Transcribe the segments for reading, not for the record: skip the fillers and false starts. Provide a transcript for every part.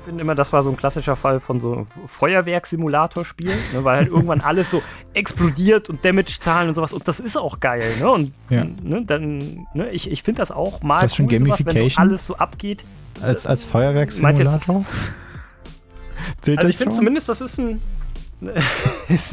finde immer, das war so ein klassischer Fall von so einem Feuerwerkssimulatorspiel, ne, weil halt irgendwann alles so explodiert und Damage-Zahlen und sowas. Und das ist auch geil, ne? Und ich finde das auch mal ist das schon Gamification? Sowas, wenn so alles so abgeht. Als Feuerwerkssimulator? Zählt also ich finde zumindest, das ist ein es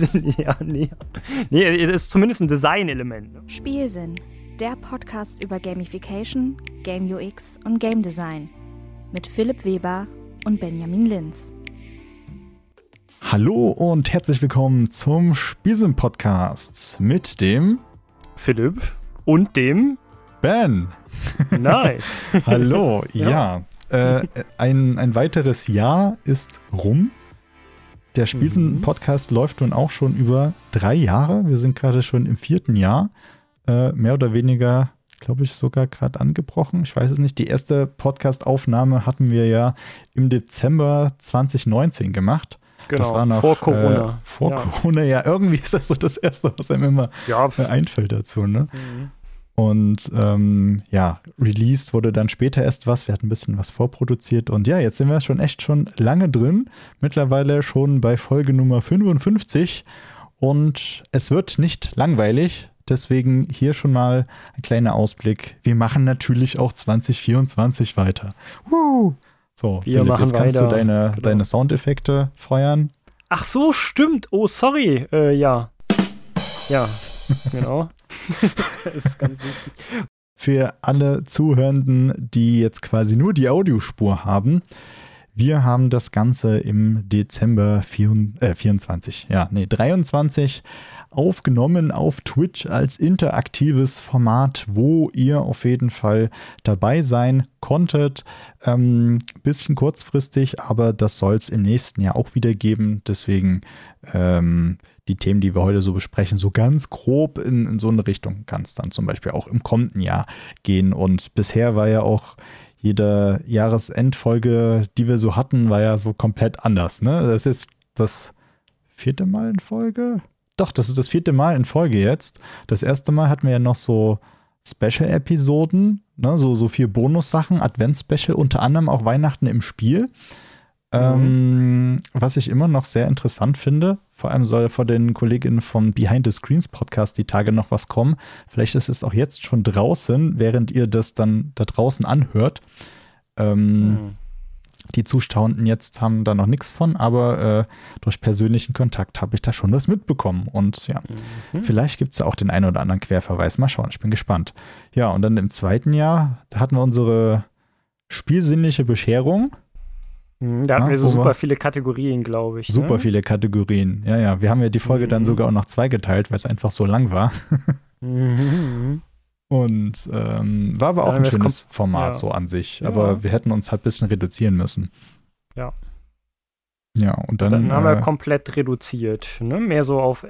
ist zumindest ein Design-Element. Ne? Spielsinn, der Podcast über Gamification, Game UX und Game Design. Mit Philipp Weber und Benjamin Linz. Hallo und herzlich willkommen zum Spielsinn-Podcast mit dem Philipp und dem Ben. Nice. Hallo, ja. Ein weiteres Jahr ist rum. Der Spielsinn-Podcast läuft nun auch schon über 3 Jahre. Wir sind gerade schon im 4. Jahr. Mehr oder weniger, glaube ich, sogar gerade angebrochen. Ich weiß es nicht. Die erste Podcast-Aufnahme hatten wir ja im Dezember 2019 gemacht. Genau, das war noch vor Corona. Corona, ja. Irgendwie ist das so das Erste, was einem immer einfällt dazu, ne? Und released wurde dann später erst was. Wir hatten ein bisschen was vorproduziert. Und ja, jetzt sind wir schon lange drin. Mittlerweile schon bei Folge Nummer 55. Und es wird nicht langweilig. Deswegen hier schon mal ein kleiner Ausblick. Wir machen natürlich auch 2024 weiter. So, wir Philipp, jetzt kannst weiter. Du deine Soundeffekte feuern. Ach so, stimmt. Oh, sorry. Ja, genau. Das ist ganz wichtig. Für alle Zuhörenden, die jetzt quasi nur die Audiospur haben, wir haben das Ganze im Dezember 23 aufgenommen auf Twitch als interaktives Format, wo ihr auf jeden Fall dabei sein konntet. Bisschen kurzfristig, aber das soll es im nächsten Jahr auch wieder geben. Deswegen die Themen, die wir heute so besprechen, so ganz grob in so eine Richtung kann es dann zum Beispiel auch im kommenden Jahr gehen. Und bisher war ja auch jede Jahresendfolge, die wir so hatten, war ja so komplett anders. Ne? Das ist das 4. Mal in Folge? Doch, das ist das 4. Mal in Folge jetzt. Das erste Mal hatten wir ja noch so Special-Episoden, ne? so 4 Bonussachen, Advents-Special, unter anderem auch Weihnachten im Spiel. Was ich immer noch sehr interessant finde, vor allem soll vor den Kolleginnen vom Behind the Screens Podcast die Tage noch was kommen. Vielleicht ist es auch jetzt schon draußen, während ihr das dann da draußen anhört. Die Zuschauenden jetzt haben da noch nichts von, aber durch persönlichen Kontakt habe ich da schon was mitbekommen. Und ja, vielleicht gibt es ja auch den einen oder anderen Querverweis. Mal schauen, ich bin gespannt. Ja, und dann im 2. Jahr, da hatten wir unsere spielsinnliche Bescherung. Da hatten wir so super viele Kategorien, glaube ich. Super viele Kategorien, ja. Wir haben ja die Folge dann sogar auch noch 2 geteilt, weil es einfach so lang war. Und war aber auch ein schönes Format so an sich. Aber wir hätten uns halt ein bisschen reduzieren müssen. Ja. Ja, und dann haben wir komplett reduziert. Ne? Mehr so auf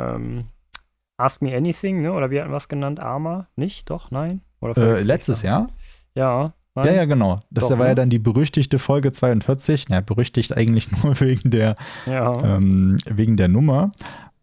Ask Me Anything, ne? Oder wie hatten wir es genannt? Arma? Nicht? Doch? Nein? Oder letztes Jahr? Ja. Nein? Ja, genau. Das war ja dann die berüchtigte Folge 42. Ja, berüchtigt eigentlich nur wegen der Nummer.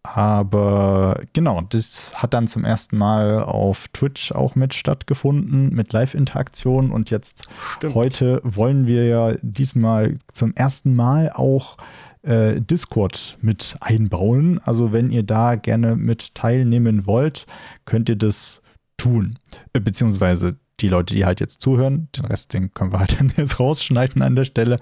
Aber genau, das hat dann zum ersten Mal auf Twitch auch mit stattgefunden, mit Live-Interaktion. Und jetzt heute wollen wir ja diesmal zum ersten Mal auch Discord mit einbauen. Also wenn ihr da gerne mit teilnehmen wollt, könnt ihr das tun. Beziehungsweise die Leute, die halt jetzt zuhören, den Rest, den können wir halt dann jetzt rausschneiden an der Stelle.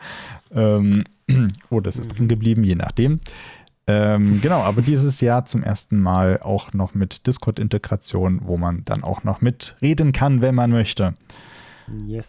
Das ist drin geblieben, je nachdem. Genau, aber dieses Jahr zum ersten Mal auch noch mit Discord-Integration, wo man dann auch noch mitreden kann, wenn man möchte. Yes.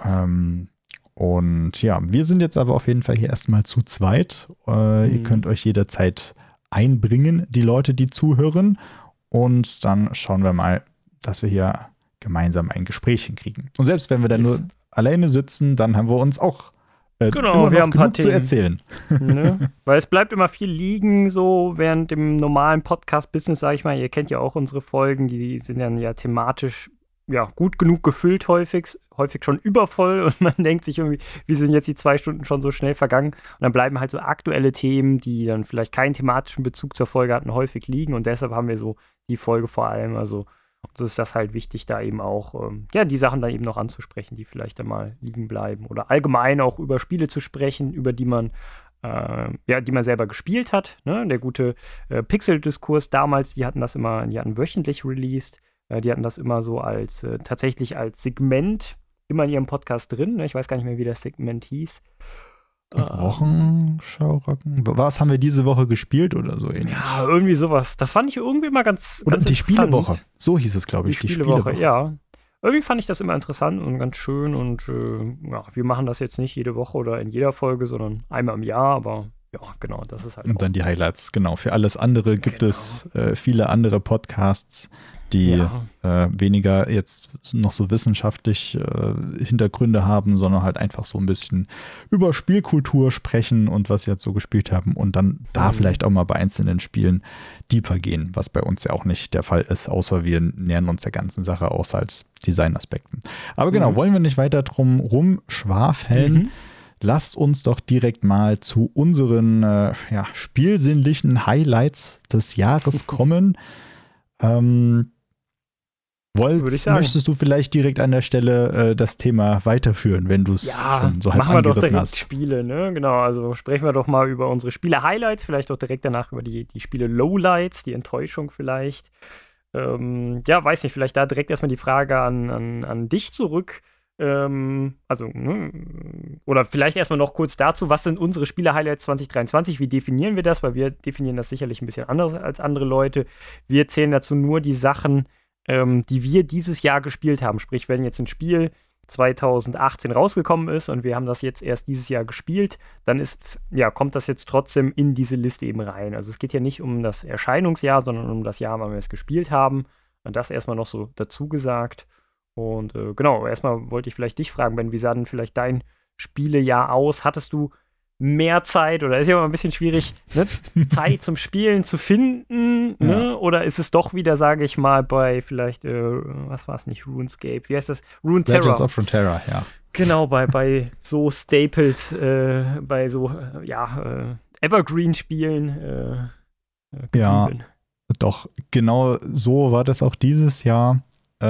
Und ja, wir sind jetzt aber auf jeden Fall hier erstmal zu zweit. Ihr könnt euch jederzeit einbringen, die Leute, die zuhören. Und dann schauen wir mal, dass wir hier gemeinsam ein Gespräch hinkriegen. Und selbst wenn wir dann nur alleine sitzen, dann haben wir uns auch immer wir noch haben ein paar genug zu erzählen. Ne? Weil es bleibt immer viel liegen, so während dem normalen Podcast-Business, sage ich mal. Ihr kennt ja auch unsere Folgen, die sind dann ja thematisch gut genug gefüllt häufig schon übervoll und man denkt sich irgendwie, wie sind jetzt die 2 Stunden schon so schnell vergangen? Und dann bleiben halt so aktuelle Themen, die dann vielleicht keinen thematischen Bezug zur Folge hatten, häufig liegen und deshalb haben wir so die Folge vor allem, also So ist das halt wichtig, da eben auch, die Sachen dann eben noch anzusprechen, die vielleicht dann mal liegen bleiben. Oder allgemein auch über Spiele zu sprechen, über die man die man selber gespielt hat. Ne? Der gute Pixel-Diskurs damals, die hatten wöchentlich released. Die hatten das immer so tatsächlich als Segment immer in ihrem Podcast drin. Ne? Ich weiß gar nicht mehr, wie das Segment hieß. Wochenschau-Rocken? Was haben wir diese Woche gespielt oder so ähnlich? Ja, irgendwie sowas. Das fand ich irgendwie immer ganz Oder die Spielewoche. So hieß es, glaube ich. Die Spielewoche, ja. Irgendwie fand ich das immer interessant und ganz schön. Und wir machen das jetzt nicht jede Woche oder in jeder Folge, sondern einmal im Jahr. Aber ja, genau, das ist halt. Und dann die Highlights, genau. Für alles andere gibt es viele andere Podcasts, die weniger jetzt noch so wissenschaftlich Hintergründe haben, sondern halt einfach so ein bisschen über Spielkultur sprechen und was sie jetzt so gespielt haben und dann da vielleicht auch mal bei einzelnen Spielen deeper gehen, was bei uns ja auch nicht der Fall ist, außer wir nähern uns der ganzen Sache aus als Designaspekten. Aber genau, wollen wir nicht weiter drum rumschwafeln. Lasst uns doch direkt mal zu unseren spielsinnlichen Highlights des Jahres kommen. Möchtest du vielleicht direkt an der Stelle das Thema weiterführen, wenn du es schon so halb angerissen hast? Machen wir doch direkt Spiele, ne? Genau, also sprechen wir doch mal über unsere Spiele-Highlights, vielleicht auch direkt danach über die Spiele-Lowlights, die Enttäuschung vielleicht. Weiß nicht, vielleicht da direkt erstmal die Frage an dich zurück. Oder vielleicht erstmal noch kurz dazu, was sind unsere Spiele-Highlights 2023? Wie definieren wir das? Weil wir definieren das sicherlich ein bisschen anders als andere Leute. Wir zählen dazu nur die Sachen, die wir dieses Jahr gespielt haben. Sprich, wenn jetzt ein Spiel 2018 rausgekommen ist und wir haben das jetzt erst dieses Jahr gespielt, dann kommt das jetzt trotzdem in diese Liste eben rein. Also es geht ja nicht um das Erscheinungsjahr, sondern um das Jahr, wann wir es gespielt haben. Und das erstmal noch so dazu gesagt. Und erstmal wollte ich vielleicht dich fragen, Ben, wie sah denn vielleicht dein Spielejahr aus? Hattest du mehr Zeit oder ist ja immer ein bisschen schwierig, ne? Zeit zum Spielen zu finden, ne? Oder ist es doch wieder, sage ich mal, bei vielleicht, was war es nicht, RuneScape, wie heißt das? Runeterra. Legends of Runeterra, ja. Genau, bei so Staples, bei so, Evergreen-Spielen geblieben. Ja, doch, genau so war das auch dieses Jahr.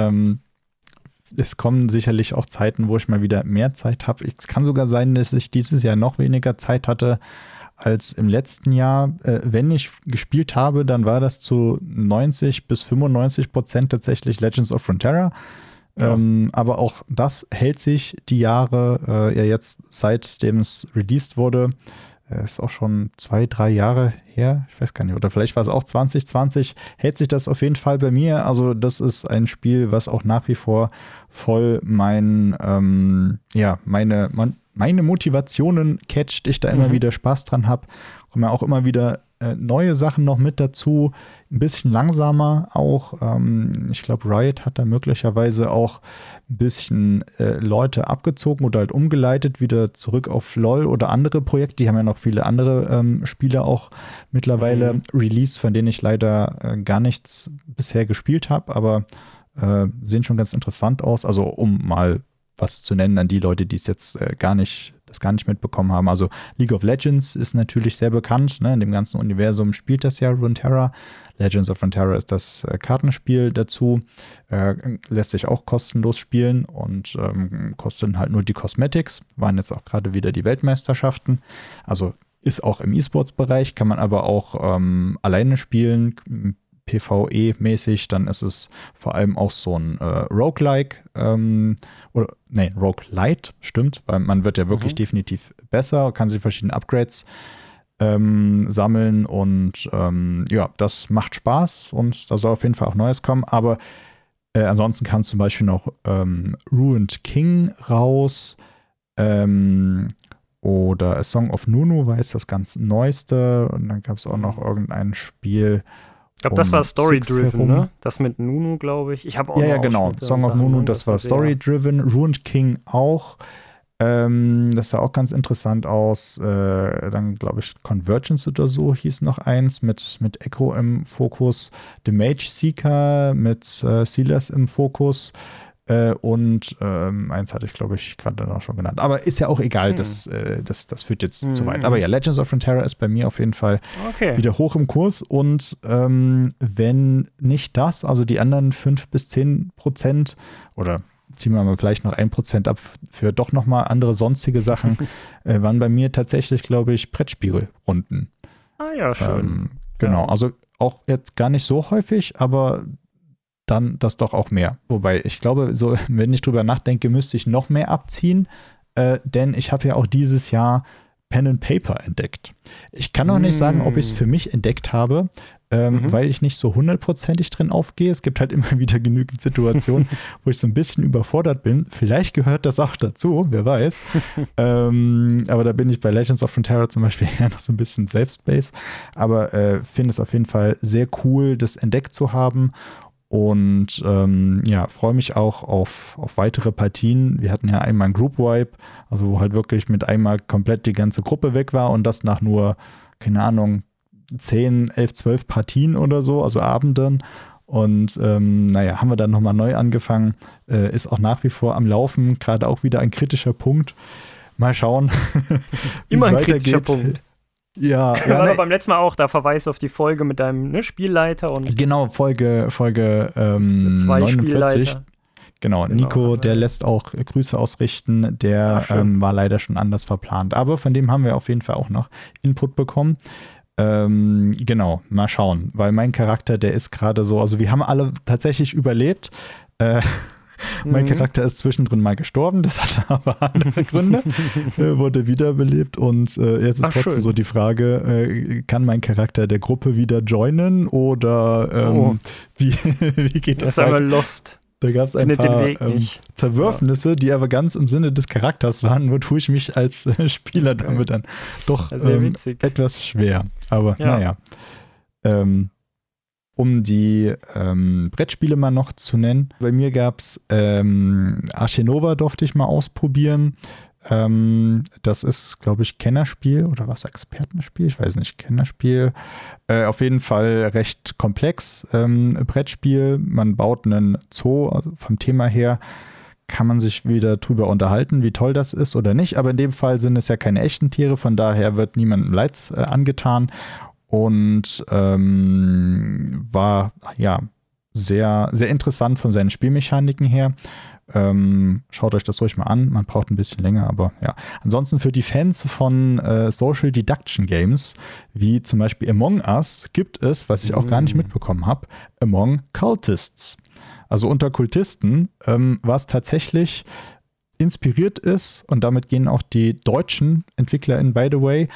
Es kommen sicherlich auch Zeiten, wo ich mal wieder mehr Zeit habe. Es kann sogar sein, dass ich dieses Jahr noch weniger Zeit hatte als im letzten Jahr. Wenn ich gespielt habe, dann war das zu 90-95% tatsächlich Legends of Runeterra. Ja. Aber auch das hält sich die Jahre jetzt, seitdem es released wurde. Ist auch schon 2-3 Jahre her, ich weiß gar nicht, oder vielleicht war es auch 2020, hält sich das auf jeden Fall bei mir. Also das ist ein Spiel, was auch nach wie vor voll meine Motivationen catcht, ich da immer wieder Spaß dran habe. Kommen ja auch immer wieder neue Sachen noch mit dazu, ein bisschen langsamer auch. Ich glaube, Riot hat da möglicherweise auch ein bisschen Leute abgezogen oder halt umgeleitet, wieder zurück auf LoL oder andere Projekte. Die haben ja noch viele andere Spiele auch mittlerweile released, von denen ich leider gar nichts bisher gespielt habe, aber sehen schon ganz interessant aus. Also um mal was zu nennen an die Leute, die es jetzt gar nicht mitbekommen haben. Also League of Legends ist natürlich sehr bekannt, ne? In dem ganzen Universum spielt das ja Runeterra. Legends of Runeterra ist das Kartenspiel dazu, lässt sich auch kostenlos spielen und kosten halt nur die Cosmetics, waren jetzt auch gerade wieder die Weltmeisterschaften, also ist auch im E-Sports-Bereich, kann man aber auch alleine spielen, PvE-mäßig, dann ist es vor allem auch so ein Roguelike, Roguelite, stimmt, weil man wird ja wirklich definitiv besser, kann sich verschiedene Upgrades sammeln und das macht Spaß und da soll auf jeden Fall auch Neues kommen, aber ansonsten kam zum Beispiel noch Ruined King raus, oder A Song of Nunu war jetzt das ganz Neueste und dann gab es auch noch irgendein Spiel. Ich glaube, das war Story-Driven, ne? Das mit Nunu, glaube ich. Ich habe auch genau. Song of Nunu, das war Story-Driven. Ruined King auch. Das sah auch ganz interessant aus. Dann, glaube ich, Convergence oder so hieß noch eins mit Echo im Fokus. The Mage Seeker mit Silas im Fokus. Und eins hatte ich, glaube ich, gerade noch schon genannt. Aber ist ja auch egal, das führt jetzt zu weit. Aber ja, Legends of Runeterra ist bei mir auf jeden Fall wieder hoch im Kurs. Und wenn nicht das, also die anderen 5-10% oder ziehen wir mal vielleicht noch 1% ab für doch nochmal andere sonstige Sachen, waren bei mir tatsächlich, glaube ich, Brettspielrunden. Ah ja, schön. Genau, also auch jetzt gar nicht so häufig, aber dann das doch auch mehr. Wobei ich glaube, so, wenn ich drüber nachdenke, müsste ich noch mehr abziehen, denn ich habe ja auch dieses Jahr Pen and Paper entdeckt. Ich kann noch nicht sagen, ob ich es für mich entdeckt habe, weil ich nicht so 100%ig drin aufgehe. Es gibt halt immer wieder genügend Situationen, wo ich so ein bisschen überfordert bin. Vielleicht gehört das auch dazu, wer weiß. Aber da bin ich bei Legends of Runeterra zum Beispiel eher noch so ein bisschen Safe-Space. Aber finde es auf jeden Fall sehr cool, das entdeckt zu haben. Und freue mich auch auf weitere Partien. Wir hatten ja einmal einen Group Wipe, also wo halt wirklich mit einmal komplett die ganze Gruppe weg war und das nach nur, keine Ahnung, 10, 11, 12 Partien oder so, also Abenden. Und haben wir dann nochmal neu angefangen. Ist auch nach wie vor am Laufen, gerade auch wieder ein kritischer Punkt. Mal schauen, wie es weitergeht. Kritischer Punkt. Ja, aber beim letzten Mal auch, da verweist auf die Folge mit deinem Spielleiter und genau, Folge 49. Genau, Nico, der lässt auch Grüße ausrichten, der war leider schon anders verplant. Aber von dem haben wir auf jeden Fall auch noch Input bekommen. Genau, mal schauen, weil mein Charakter, der ist gerade so, also wir haben alle tatsächlich überlebt. Mein Charakter ist zwischendrin mal gestorben, das hatte aber andere Gründe, wurde wiederbelebt und jetzt ist trotzdem so die Frage, kann mein Charakter der Gruppe wieder joinen oder wie geht das? Das ist einmal lost. Da gab es ein paar Zerwürfnisse, die aber ganz im Sinne des Charakters waren, wo tue ich mich als Spieler damit dann doch etwas schwer. Aber naja. Um die Brettspiele mal noch zu nennen. Bei mir gab es Arche Nova, durfte ich mal ausprobieren. Das ist, glaube ich, Kennerspiel oder was, Expertenspiel? Ich weiß nicht, Kennerspiel. Auf jeden Fall recht komplex. Brettspiel. Man baut einen Zoo, also vom Thema her kann man sich wieder drüber unterhalten, wie toll das ist oder nicht. Aber in dem Fall sind es ja keine echten Tiere, von daher wird niemandem Leids angetan. Und war ja sehr, sehr interessant von seinen Spielmechaniken her. Schaut euch das ruhig mal an, man braucht ein bisschen länger, aber ja. Ansonsten für die Fans von Social Deduction Games, wie zum Beispiel Among Us, gibt es, was ich auch gar nicht mitbekommen habe, Among Cultists. Also unter Kultisten, was tatsächlich inspiriert ist, und damit gehen auch die deutschen EntwicklerInnen, by the way,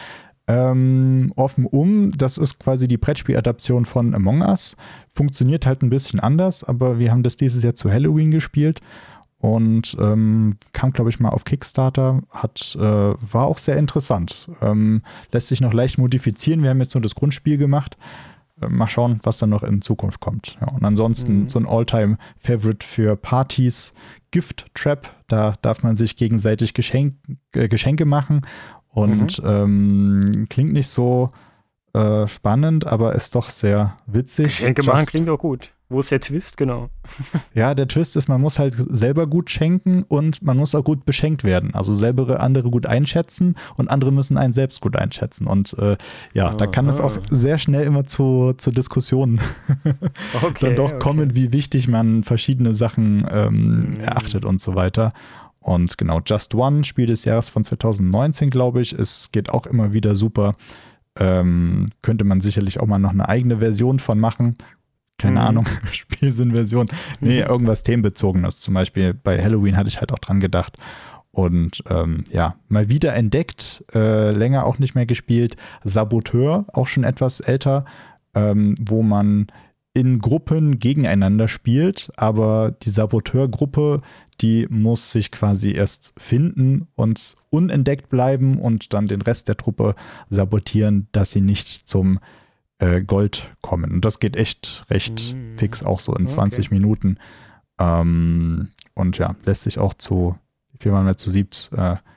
offen das ist quasi die Brettspieladaption von Among Us. Funktioniert halt ein bisschen anders, aber wir haben das dieses Jahr zu Halloween gespielt und kam, glaube ich, mal auf Kickstarter. War auch sehr interessant. Lässt sich noch leicht modifizieren. Wir haben jetzt nur das Grundspiel gemacht. Mal schauen, was dann noch in Zukunft kommt. Ja, und ansonsten so ein All-Time-Favorite für Partys, Gift Trap. Da darf man sich gegenseitig Geschenke machen. Und klingt nicht so spannend, aber ist doch sehr witzig. Geschenke machen klingt auch gut. Wo ist der Twist, genau? Ja, der Twist ist, man muss halt selber gut schenken und man muss auch gut beschenkt werden. Also selber andere gut einschätzen und andere müssen einen selbst gut einschätzen. Und da kann es auch sehr schnell immer zu Diskussionen dann doch kommen, wie wichtig man verschiedene Sachen erachtet und so weiter. Und genau, Just One, Spiel des Jahres von 2019, glaube ich. Es geht auch immer wieder super. Könnte man sicherlich auch mal noch eine eigene Version von machen. Keine Ahnung, Spielsinn-Version. Nee, irgendwas Themenbezogenes. Zum Beispiel bei Halloween hatte ich halt auch dran gedacht. Und mal wieder entdeckt, länger auch nicht mehr gespielt. Saboteur, auch schon etwas älter, wo man in Gruppen gegeneinander spielt, aber die Saboteurgruppe, die muss sich quasi erst finden und unentdeckt bleiben und dann den Rest der Truppe sabotieren, dass sie nicht zum Gold kommen. Und das geht echt recht fix, auch so in 20 Minuten. Und ja, lässt sich auch zu 7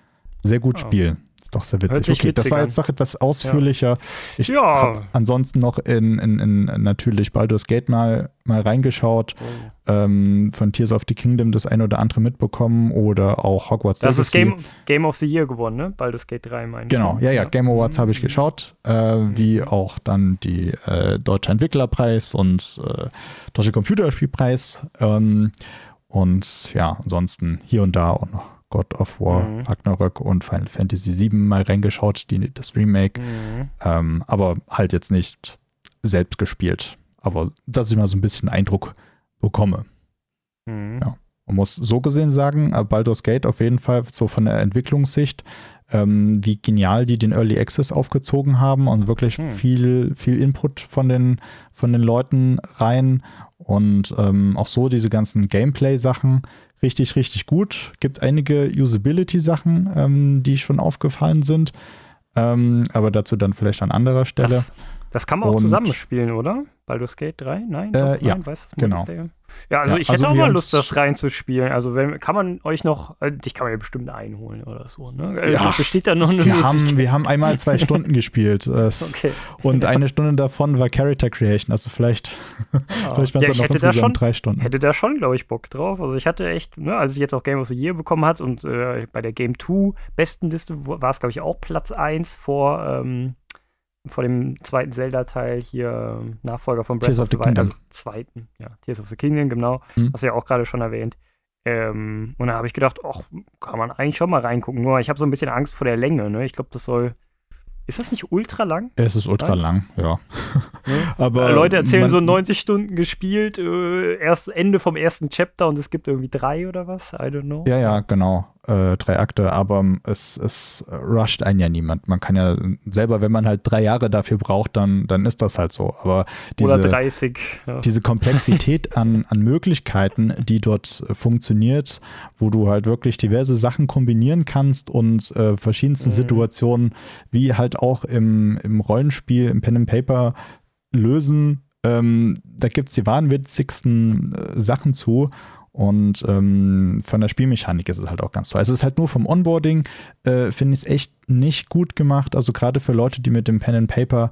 sehr gut spielen. Ist doch sehr witzig. Okay, das war jetzt doch etwas ausführlicher. Ich habe ansonsten noch in natürlich Baldur's Gate mal reingeschaut, von Tears of the Kingdom das eine oder andere mitbekommen oder auch Hogwarts Legacy. Das ist Game of the Year gewonnen, ne? Baldur's Gate 3 meine ich. Genau, ja, Game Awards habe ich geschaut, wie auch dann die Deutsche Entwicklerpreis und Deutsche Computerspielpreis und ja, ansonsten hier und da auch noch God of War, Ragnarök und Final Fantasy VII mal reingeschaut, das Remake. Aber halt jetzt nicht selbst gespielt. Aber dass ich mal so ein bisschen Eindruck bekomme. Ja. Man muss so gesehen sagen, Baldur's Gate auf jeden Fall so von der Entwicklungssicht, wie genial die den Early Access aufgezogen haben und wirklich viel Input von den Leuten rein und auch so diese ganzen Gameplay-Sachen richtig, richtig gut. Gibt einige Usability-Sachen, die schon aufgefallen sind, aber dazu dann vielleicht an anderer Stelle. Das kann man auch zusammenspielen, oder? Baldur's Gate 3? Nein? Ja, genau. Ja, also ich hätte auch mal Lust, das reinzuspielen. Also kann man euch noch, dich kann man ja bestimmt einholen oder so, ne? Ja, besteht da noch eine wir haben einmal 2 Stunden gespielt. Und 1 Stunde davon war Character Creation. Also vielleicht waren es dann noch insgesamt 3 Stunden. Hätte da schon, glaube ich, Bock drauf. Also ich hatte echt, ne, als ich jetzt auch Game of the Year bekommen hat und bei der Game 2 Bestenliste war es, glaube ich, auch Platz 1 vor dem zweiten Zelda-Teil hier, Nachfolger von Breath of the Wild, zweiten, Tears of the Kingdom, genau, hast du ja auch gerade schon erwähnt. Und da habe ich gedacht, kann man eigentlich schon mal reingucken, nur ich habe so ein bisschen Angst vor der Länge, ne? Ich glaube, ist das nicht ultra lang? Es ist ultra lang, ja. Aber Leute erzählen so 90 Stunden gespielt, erst Ende vom ersten Chapter und es gibt irgendwie 3 oder was? I don't know. Ja, genau. 3 Akte, aber es rusht einen ja niemand. Man kann ja selber, wenn man halt 3 Jahre dafür braucht, dann ist das halt so. Aber oder 30. Ja. Diese Komplexität an Möglichkeiten, die dort funktioniert, wo du halt wirklich diverse Sachen kombinieren kannst und verschiedensten Situationen, wie halt auch im Rollenspiel, im Pen and Paper lösen. Da gibt es die wahnwitzigsten Sachen zu. Und von der Spielmechanik ist es halt auch ganz toll. Es ist halt nur vom Onboarding, finde ich es echt nicht gut gemacht. Also gerade für Leute, die mit dem Pen and Paper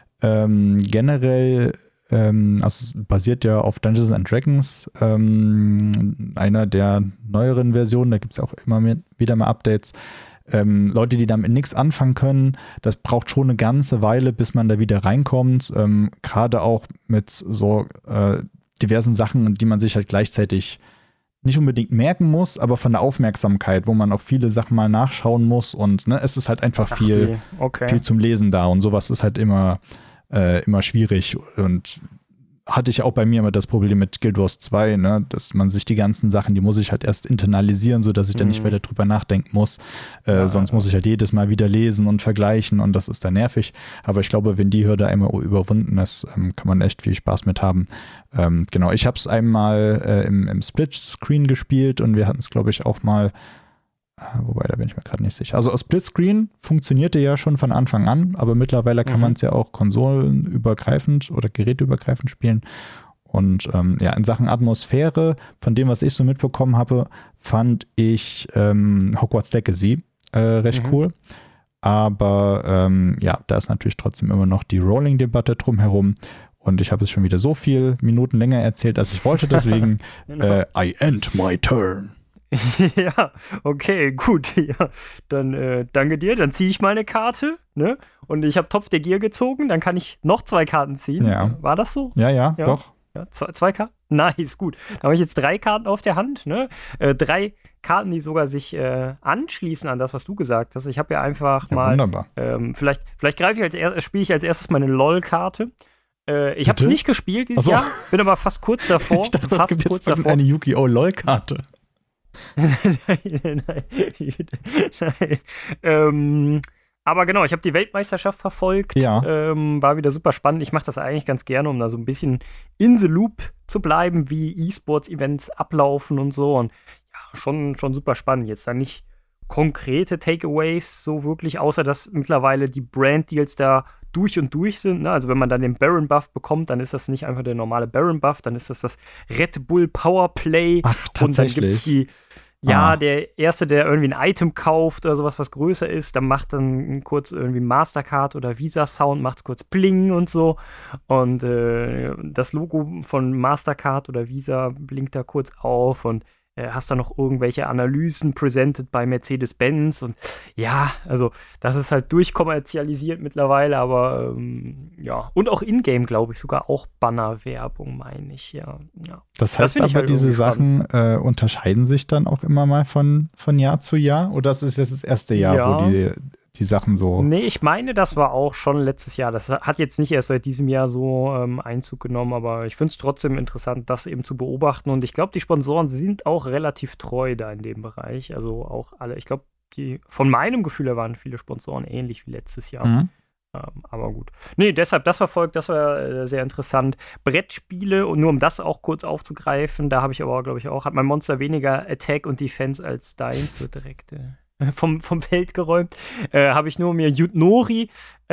generell, also es basiert ja auf Dungeons and Dragons, einer der neueren Versionen, da gibt es auch immer wieder mal Updates. Leute, die damit nichts anfangen können, das braucht schon eine ganze Weile, bis man da wieder reinkommt. Gerade auch mit so diversen Sachen, die man sich halt gleichzeitig nicht unbedingt merken muss, aber von der Aufmerksamkeit, wo man auch viele Sachen mal nachschauen muss und ne, es ist halt einfach viel zum Lesen da und sowas ist halt immer schwierig und hatte ich auch bei mir immer das Problem mit Guild Wars 2, ne, dass man sich die ganzen Sachen, die muss ich halt erst internalisieren, sodass ich dann nicht weiter drüber nachdenken muss. Sonst muss ich halt jedes Mal wieder lesen und vergleichen und das ist dann nervig. Aber ich glaube, wenn die Hürde einmal überwunden ist, kann man echt viel Spaß mit haben. Genau, ich habe es einmal im Split-Screen gespielt und wir hatten es, glaube ich, auch mal, wobei, da bin ich mir gerade nicht sicher. Also Split-Screen funktionierte ja schon von Anfang an, aber mittlerweile kann man es ja auch konsolenübergreifend oder geräteübergreifend spielen. Und in Sachen Atmosphäre, von dem, was ich so mitbekommen habe, fand ich Hogwarts Legacy recht cool. Aber da ist natürlich trotzdem immer noch die Rolling-Debatte drumherum. Und ich habe es schon wieder so viel Minuten länger erzählt, als ich wollte. Deswegen I end my turn. Ja, okay, gut. Ja. Dann danke dir. Dann ziehe ich mal eine Karte, ne? Und ich habe Topf der Gier gezogen. Dann kann ich noch 2 Karten ziehen. Ja. War das so? Ja, doch. Ja, 2 Karten? Nice, gut. Dann habe ich jetzt 3 Karten auf der Hand, ne? 3 Karten, die sogar sich anschließen an das, was du gesagt hast. Ich habe ja einfach mal. Wunderbar. Vielleicht spiele ich als erstes meine LOL-Karte. Ich habe es nicht gespielt dieses Jahr, bin aber fast kurz davor. Ich dachte, es gibt jetzt eine Yu-Gi-Oh! LOL-Karte. Nein. Aber genau, ich habe die Weltmeisterschaft verfolgt. Ja. War wieder super spannend. Ich mache das eigentlich ganz gerne, um da so ein bisschen in the loop zu bleiben, wie E-Sports-Events ablaufen und so. Und ja, schon super spannend. Jetzt dann nicht konkrete Takeaways so wirklich, außer dass mittlerweile die Brand-Deals da durch und durch sind. Ne? Also wenn man dann den Baron-Buff bekommt, dann ist das nicht einfach der normale Baron-Buff, dann ist das Red Bull Powerplay. Ach, tatsächlich. Und dann gibt es Ja, der Erste, der irgendwie ein Item kauft oder sowas, was größer ist, dann macht dann kurz irgendwie Mastercard oder Visa-Sound, macht's kurz Bling und so. Und das Logo von Mastercard oder Visa blinkt da kurz auf und hast da noch irgendwelche Analysen presented bei Mercedes-Benz. Und ja, also das ist halt durchkommerzialisiert mittlerweile, aber ja. Und auch in-game, glaube ich, sogar auch Bannerwerbung, meine ich, ja. Das heißt aber, halt diese Sachen unterscheiden sich dann auch immer mal von Jahr zu Jahr? Oder ist es jetzt das erste Jahr, wo die Sachen so... Nee, ich meine, das war auch schon letztes Jahr. Das hat jetzt nicht erst seit diesem Jahr so Einzug genommen, aber ich finde es trotzdem interessant, das eben zu beobachten. Und ich glaube, die Sponsoren sind auch relativ treu da in dem Bereich. Also auch alle, ich glaube, von meinem Gefühl her waren viele Sponsoren ähnlich wie letztes Jahr. Mhm. Aber gut. Nee, deshalb, das verfolgt, das war sehr interessant. Brettspiele, und nur um das auch kurz aufzugreifen, da habe ich aber, glaube ich, auch, hat mein Monster weniger Attack und Defense als deins, wird direkt vom Feld geräumt. Habe ich nur mir Yutnori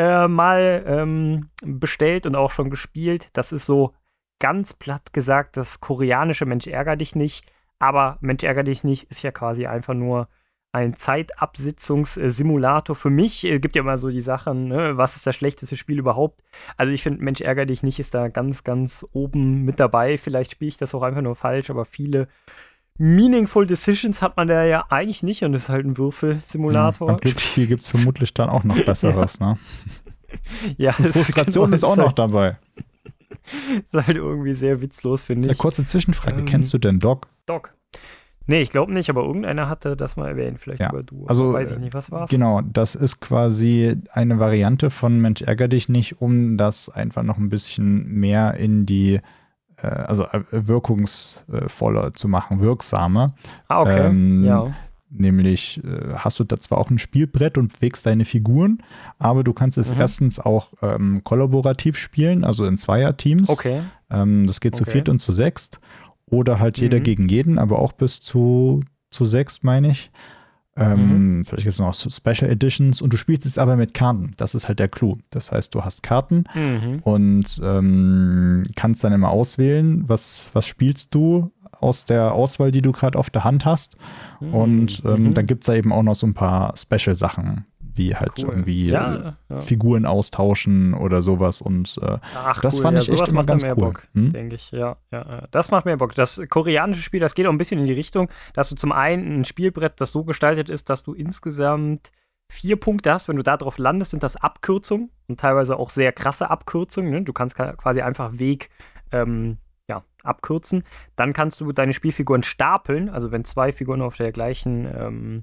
mal bestellt und auch schon gespielt. Das ist so ganz platt gesagt das koreanische Mensch ärger dich nicht. Aber Mensch ärger dich nicht ist ja quasi einfach nur ein Zeitabsitzungssimulator. Für mich gibt ja immer so die Sachen, ne, was ist das schlechteste Spiel überhaupt? Also ich finde, Mensch ärger dich nicht ist da ganz, ganz oben mit dabei. Vielleicht spiele ich das auch einfach nur falsch, aber viele Meaningful Decisions hat man da ja eigentlich nicht und ist halt ein Würfelsimulator. Beim Glücksspiel gibt es vermutlich dann auch noch Besseres, ne? Ja, Frustration ist auch noch dabei. Ist halt irgendwie sehr witzlos, finde ich. Eine kurze Zwischenfrage, kennst du denn Dog? Dog? Nee, ich glaube nicht, aber irgendeiner hatte das mal erwähnt, vielleicht sogar du. Also, weiß ich nicht, was war's? Genau, das ist quasi eine Variante von Mensch ärger dich nicht, um das einfach noch ein bisschen mehr in die wirkungsvoller zu machen, wirksamer. Ah, okay, ja. Nämlich hast du da zwar auch ein Spielbrett und bewegst deine Figuren, aber du kannst es erstens auch kollaborativ spielen, also in Zweierteams. Okay. Das geht zu 4 und zu 6. Oder halt jeder gegen jeden, aber auch bis zu 6, meine ich. Vielleicht gibt es noch Special Editions und du spielst es aber mit Karten. Das ist halt der Clou. Das heißt, du hast Karten und kannst dann immer auswählen, was spielst du aus der Auswahl, die du gerade auf der Hand hast. Und dann gibt es da eben auch noch so ein paar Special-Sachen, wie halt irgendwie Figuren austauschen oder sowas. Und das fand ich echt immer ganz cool. Bock, denke ich. Ja. Das macht mehr Bock. Das koreanische Spiel, das geht auch ein bisschen in die Richtung, dass du zum einen ein Spielbrett, das so gestaltet ist, dass du insgesamt 4 Punkte hast. Wenn du da drauf landest, sind das Abkürzungen und teilweise auch sehr krasse Abkürzungen. Ne? Du kannst quasi einfach Weg abkürzen. Dann kannst du deine Spielfiguren stapeln. Also wenn 2 Figuren auf der gleichen,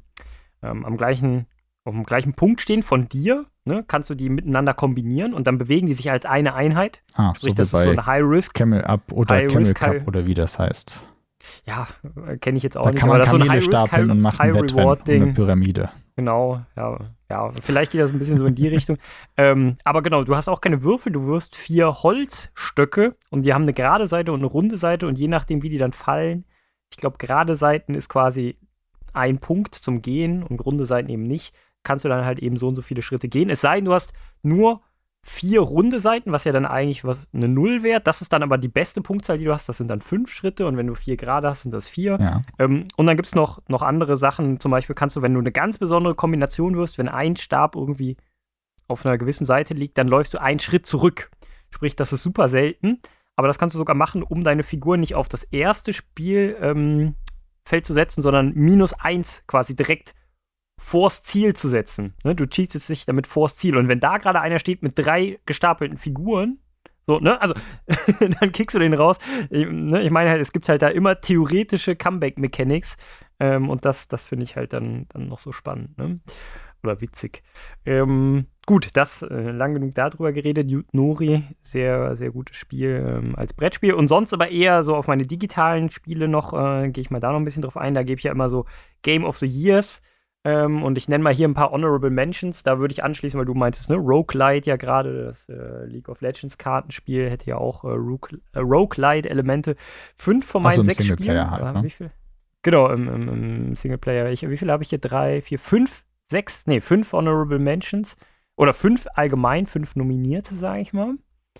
auf dem gleichen Punkt stehen von dir, ne, kannst du die miteinander kombinieren und dann bewegen die sich als eine Einheit. Sprich, das ist so ein High-Risk. Camel Up oder Camel Cup oder wie das heißt. Ja, kenne ich jetzt auch da nicht. Da kann man aber Kamele stapeln und macht ein Wettrennen um eine Pyramide. Genau, ja. Vielleicht geht das ein bisschen so in die Richtung. Aber genau, du hast auch keine Würfel, du wirfst 4 Holzstöcke und die haben eine gerade Seite und eine runde Seite und je nachdem, wie die dann fallen, ich glaube, gerade Seiten ist quasi ein Punkt zum Gehen und runde Seiten eben nicht, kannst du dann halt eben so und so viele Schritte gehen. Es sei denn, du hast nur 4 runde Seiten, was ja dann eigentlich eine 0 wäre. Das ist dann aber die beste Punktzahl, die du hast. Das sind dann 5 Schritte und wenn du 4 gerade hast, sind das 4. Ja. Und dann gibt es noch andere Sachen. Zum Beispiel kannst du, wenn du eine ganz besondere Kombination wirst, wenn ein Stab irgendwie auf einer gewissen Seite liegt, dann läufst du einen Schritt zurück. Sprich, das ist super selten. Aber das kannst du sogar machen, um deine Figur nicht auf das erste Spielfeld zu setzen, sondern -1 quasi direkt vors Ziel zu setzen. Ne? Du cheatest dich damit vors Ziel. Und wenn da gerade einer steht mit 3 gestapelten Figuren, so, ne, also, dann kickst du den raus. Ich meine halt, es gibt halt da immer theoretische Comeback-Mechanics. Und das finde ich halt dann noch so spannend, ne? Oder witzig. Gut, das lang genug darüber geredet. Yutnori, sehr, sehr gutes Spiel als Brettspiel. Und sonst aber eher so auf meine digitalen Spiele noch, gehe ich mal da noch ein bisschen drauf ein. Da gebe ich ja immer so Game of the Years. Und ich nenne mal hier ein paar Honorable Mentions. Da würde ich anschließen, weil du meintest, ne, Roguelite ja gerade, das League of Legends Kartenspiel hätte ja auch Roguelite-Elemente. 5 von meinen 6 Spielen. Halt, ne? Wie viel? Genau, im Singleplayer. Wie viele habe ich hier? 3, 4, 5, 6? Nee, 5 Honorable Mentions. Oder 5 allgemein, 5 Nominierte, sage ich mal.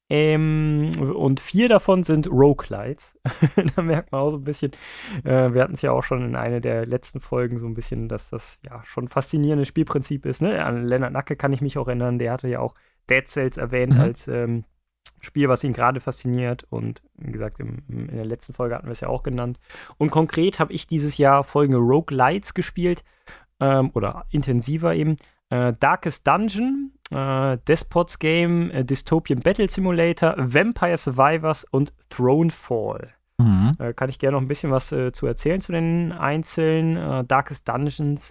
Und 4 davon sind Roguelites. Da merkt man auch so ein bisschen, wir hatten es ja auch schon in einer der letzten Folgen so ein bisschen, dass das ja schon ein faszinierendes Spielprinzip ist. Ne? An Lennart Nacke kann ich mich auch erinnern, der hatte ja auch Dead Cells erwähnt als Spiel, was ihn gerade fasziniert. Und wie gesagt, in der letzten Folge hatten wir es ja auch genannt. Und konkret habe ich dieses Jahr folgende Roguelites gespielt, oder intensiver eben. Darkest Dungeon, Despots Game, Dystopian Battle Simulator, Vampire Survivors und Thronefall. Kann ich gerne noch ein bisschen was zu erzählen zu den einzelnen. Darkest Dungeon.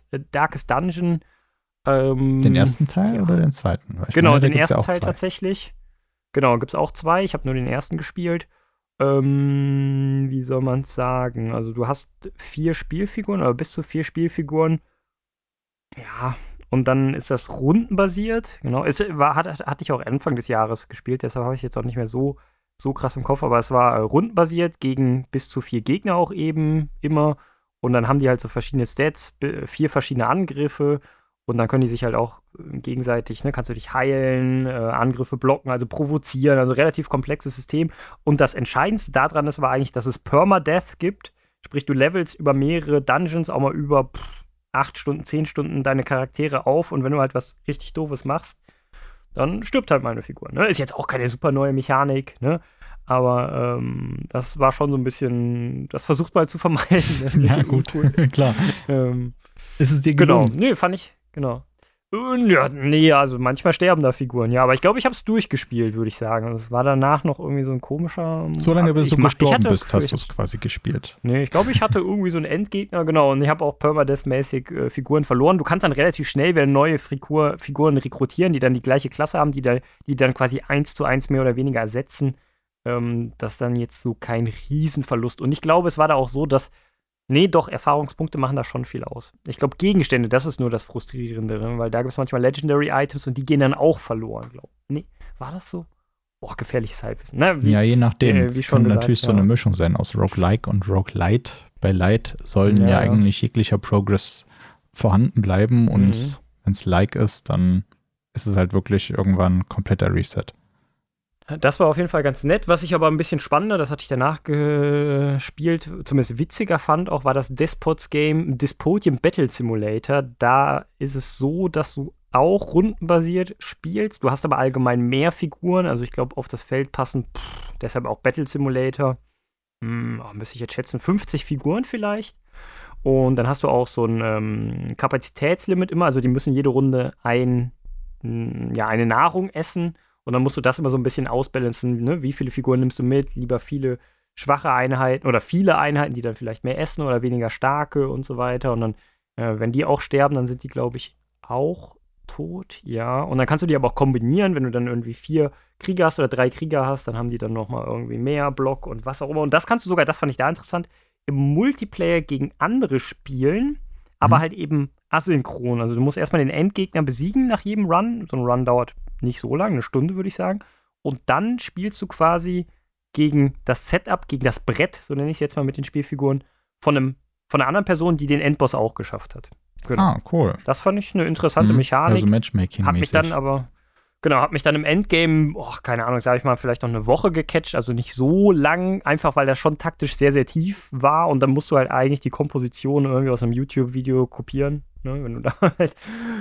Den ersten Teil oder den zweiten? Genau, den ersten Teil tatsächlich. Genau, gibt es auch 2. Ich habe nur den ersten gespielt. Wie soll man es sagen? Also du hast 4 Spielfiguren oder bis zu 4 Spielfiguren. Ja, und dann ist das rundenbasiert. Genau, hatte ich auch Anfang des Jahres gespielt, deshalb habe ich jetzt auch nicht mehr so krass im Kopf, aber es war rundenbasiert gegen bis zu 4 Gegner auch eben immer. Und dann haben die halt so verschiedene Stats, 4 verschiedene Angriffe. Und dann können die sich halt auch gegenseitig, ne, kannst du dich heilen, Angriffe blocken, also provozieren, also relativ komplexes System. Und das Entscheidendste daran ist aber eigentlich, dass es Permadeath gibt. Sprich, du levelst über mehrere Dungeons, auch mal über 8 Stunden, 10 Stunden deine Charaktere auf. Und wenn du halt was richtig Doofes machst, dann stirbt halt mal eine Figur. Ne? Ist jetzt auch keine super neue Mechanik, ne? Aber das war schon so ein bisschen, das versucht mal zu vermeiden. Ne? Ja, gut, klar. Ist es dir gelungen? Genau, nee, fand ich, genau. Ja, nee, also manchmal sterben da Figuren, ja, aber ich glaube, ich habe es durchgespielt, würde ich sagen. Es war danach noch irgendwie so ein komischer. So lange, bis du gestorben bist, hast du es quasi gespielt. Nee, ich glaube, ich hatte irgendwie so einen Endgegner, genau, und ich habe auch Permadeath-mäßig Figuren verloren. Du kannst dann relativ schnell wieder neue Figuren rekrutieren, die dann die gleiche Klasse haben, die dann quasi 1:1 mehr oder weniger ersetzen. Das ist dann jetzt so kein Riesenverlust. Und ich glaube, es war da auch so, dass Erfahrungspunkte machen da schon viel aus. Ich glaube, Gegenstände, das ist nur das Frustrierende, ne? Weil da gibt es manchmal Legendary Items und die gehen dann auch verloren, glaube ich. Nee, war das so? Boah, gefährliches Halbwissen. Ne? Ja, je nachdem. Wie schon kann natürlich so eine Mischung sein aus Roguelike und Roguelite. Bei Light sollen ja eigentlich jeglicher Progress vorhanden bleiben und wenn es Like ist, dann ist es halt wirklich irgendwann kompletter Reset. Das war auf jeden Fall ganz nett. Was ich aber ein bisschen spannender, das hatte ich danach gespielt, zumindest witziger fand auch, war das Despots Game Dystopian Battle Simulator. Da ist es so, dass du auch rundenbasiert spielst. Du hast aber allgemein mehr Figuren. Also ich glaube, auf das Feld passen, deshalb auch Battle Simulator. Müsste ich jetzt schätzen, 50 Figuren vielleicht. Und dann hast du auch so ein Kapazitätslimit immer. Also die müssen jede Runde eine Nahrung essen. Und dann musst du das immer so ein bisschen ausbalancen, ne? Wie viele Figuren nimmst du mit? Lieber viele schwache Einheiten oder viele Einheiten, die dann vielleicht mehr essen oder weniger starke und so weiter. Und dann, wenn die auch sterben, dann sind die, glaube ich, auch tot. Ja. Und dann kannst du die aber auch kombinieren, wenn du dann irgendwie 4 Krieger hast oder 3 Krieger hast, dann haben die dann nochmal irgendwie mehr Block und was auch immer. Und das kannst du sogar, das fand ich da interessant, im Multiplayer gegen andere spielen, aber halt eben asynchron. Also du musst erstmal den Endgegner besiegen nach jedem Run. So ein Run dauert nicht so lang, 1 Stunde, würde ich sagen. Und dann spielst du quasi gegen das Setup, gegen das Brett, so nenne ich es jetzt mal mit den Spielfiguren, von einer anderen Person, die den Endboss auch geschafft hat. Genau. Ah, cool. Das fand ich eine interessante Mechanik. Also Matchmaking-mäßig. Hat mich dann im Endgame, keine Ahnung, sage ich mal, vielleicht noch eine Woche gecatcht, also nicht so lang, einfach weil das schon taktisch sehr, sehr tief war und dann musst du halt eigentlich die Komposition irgendwie aus einem YouTube-Video kopieren, ne, wenn du da halt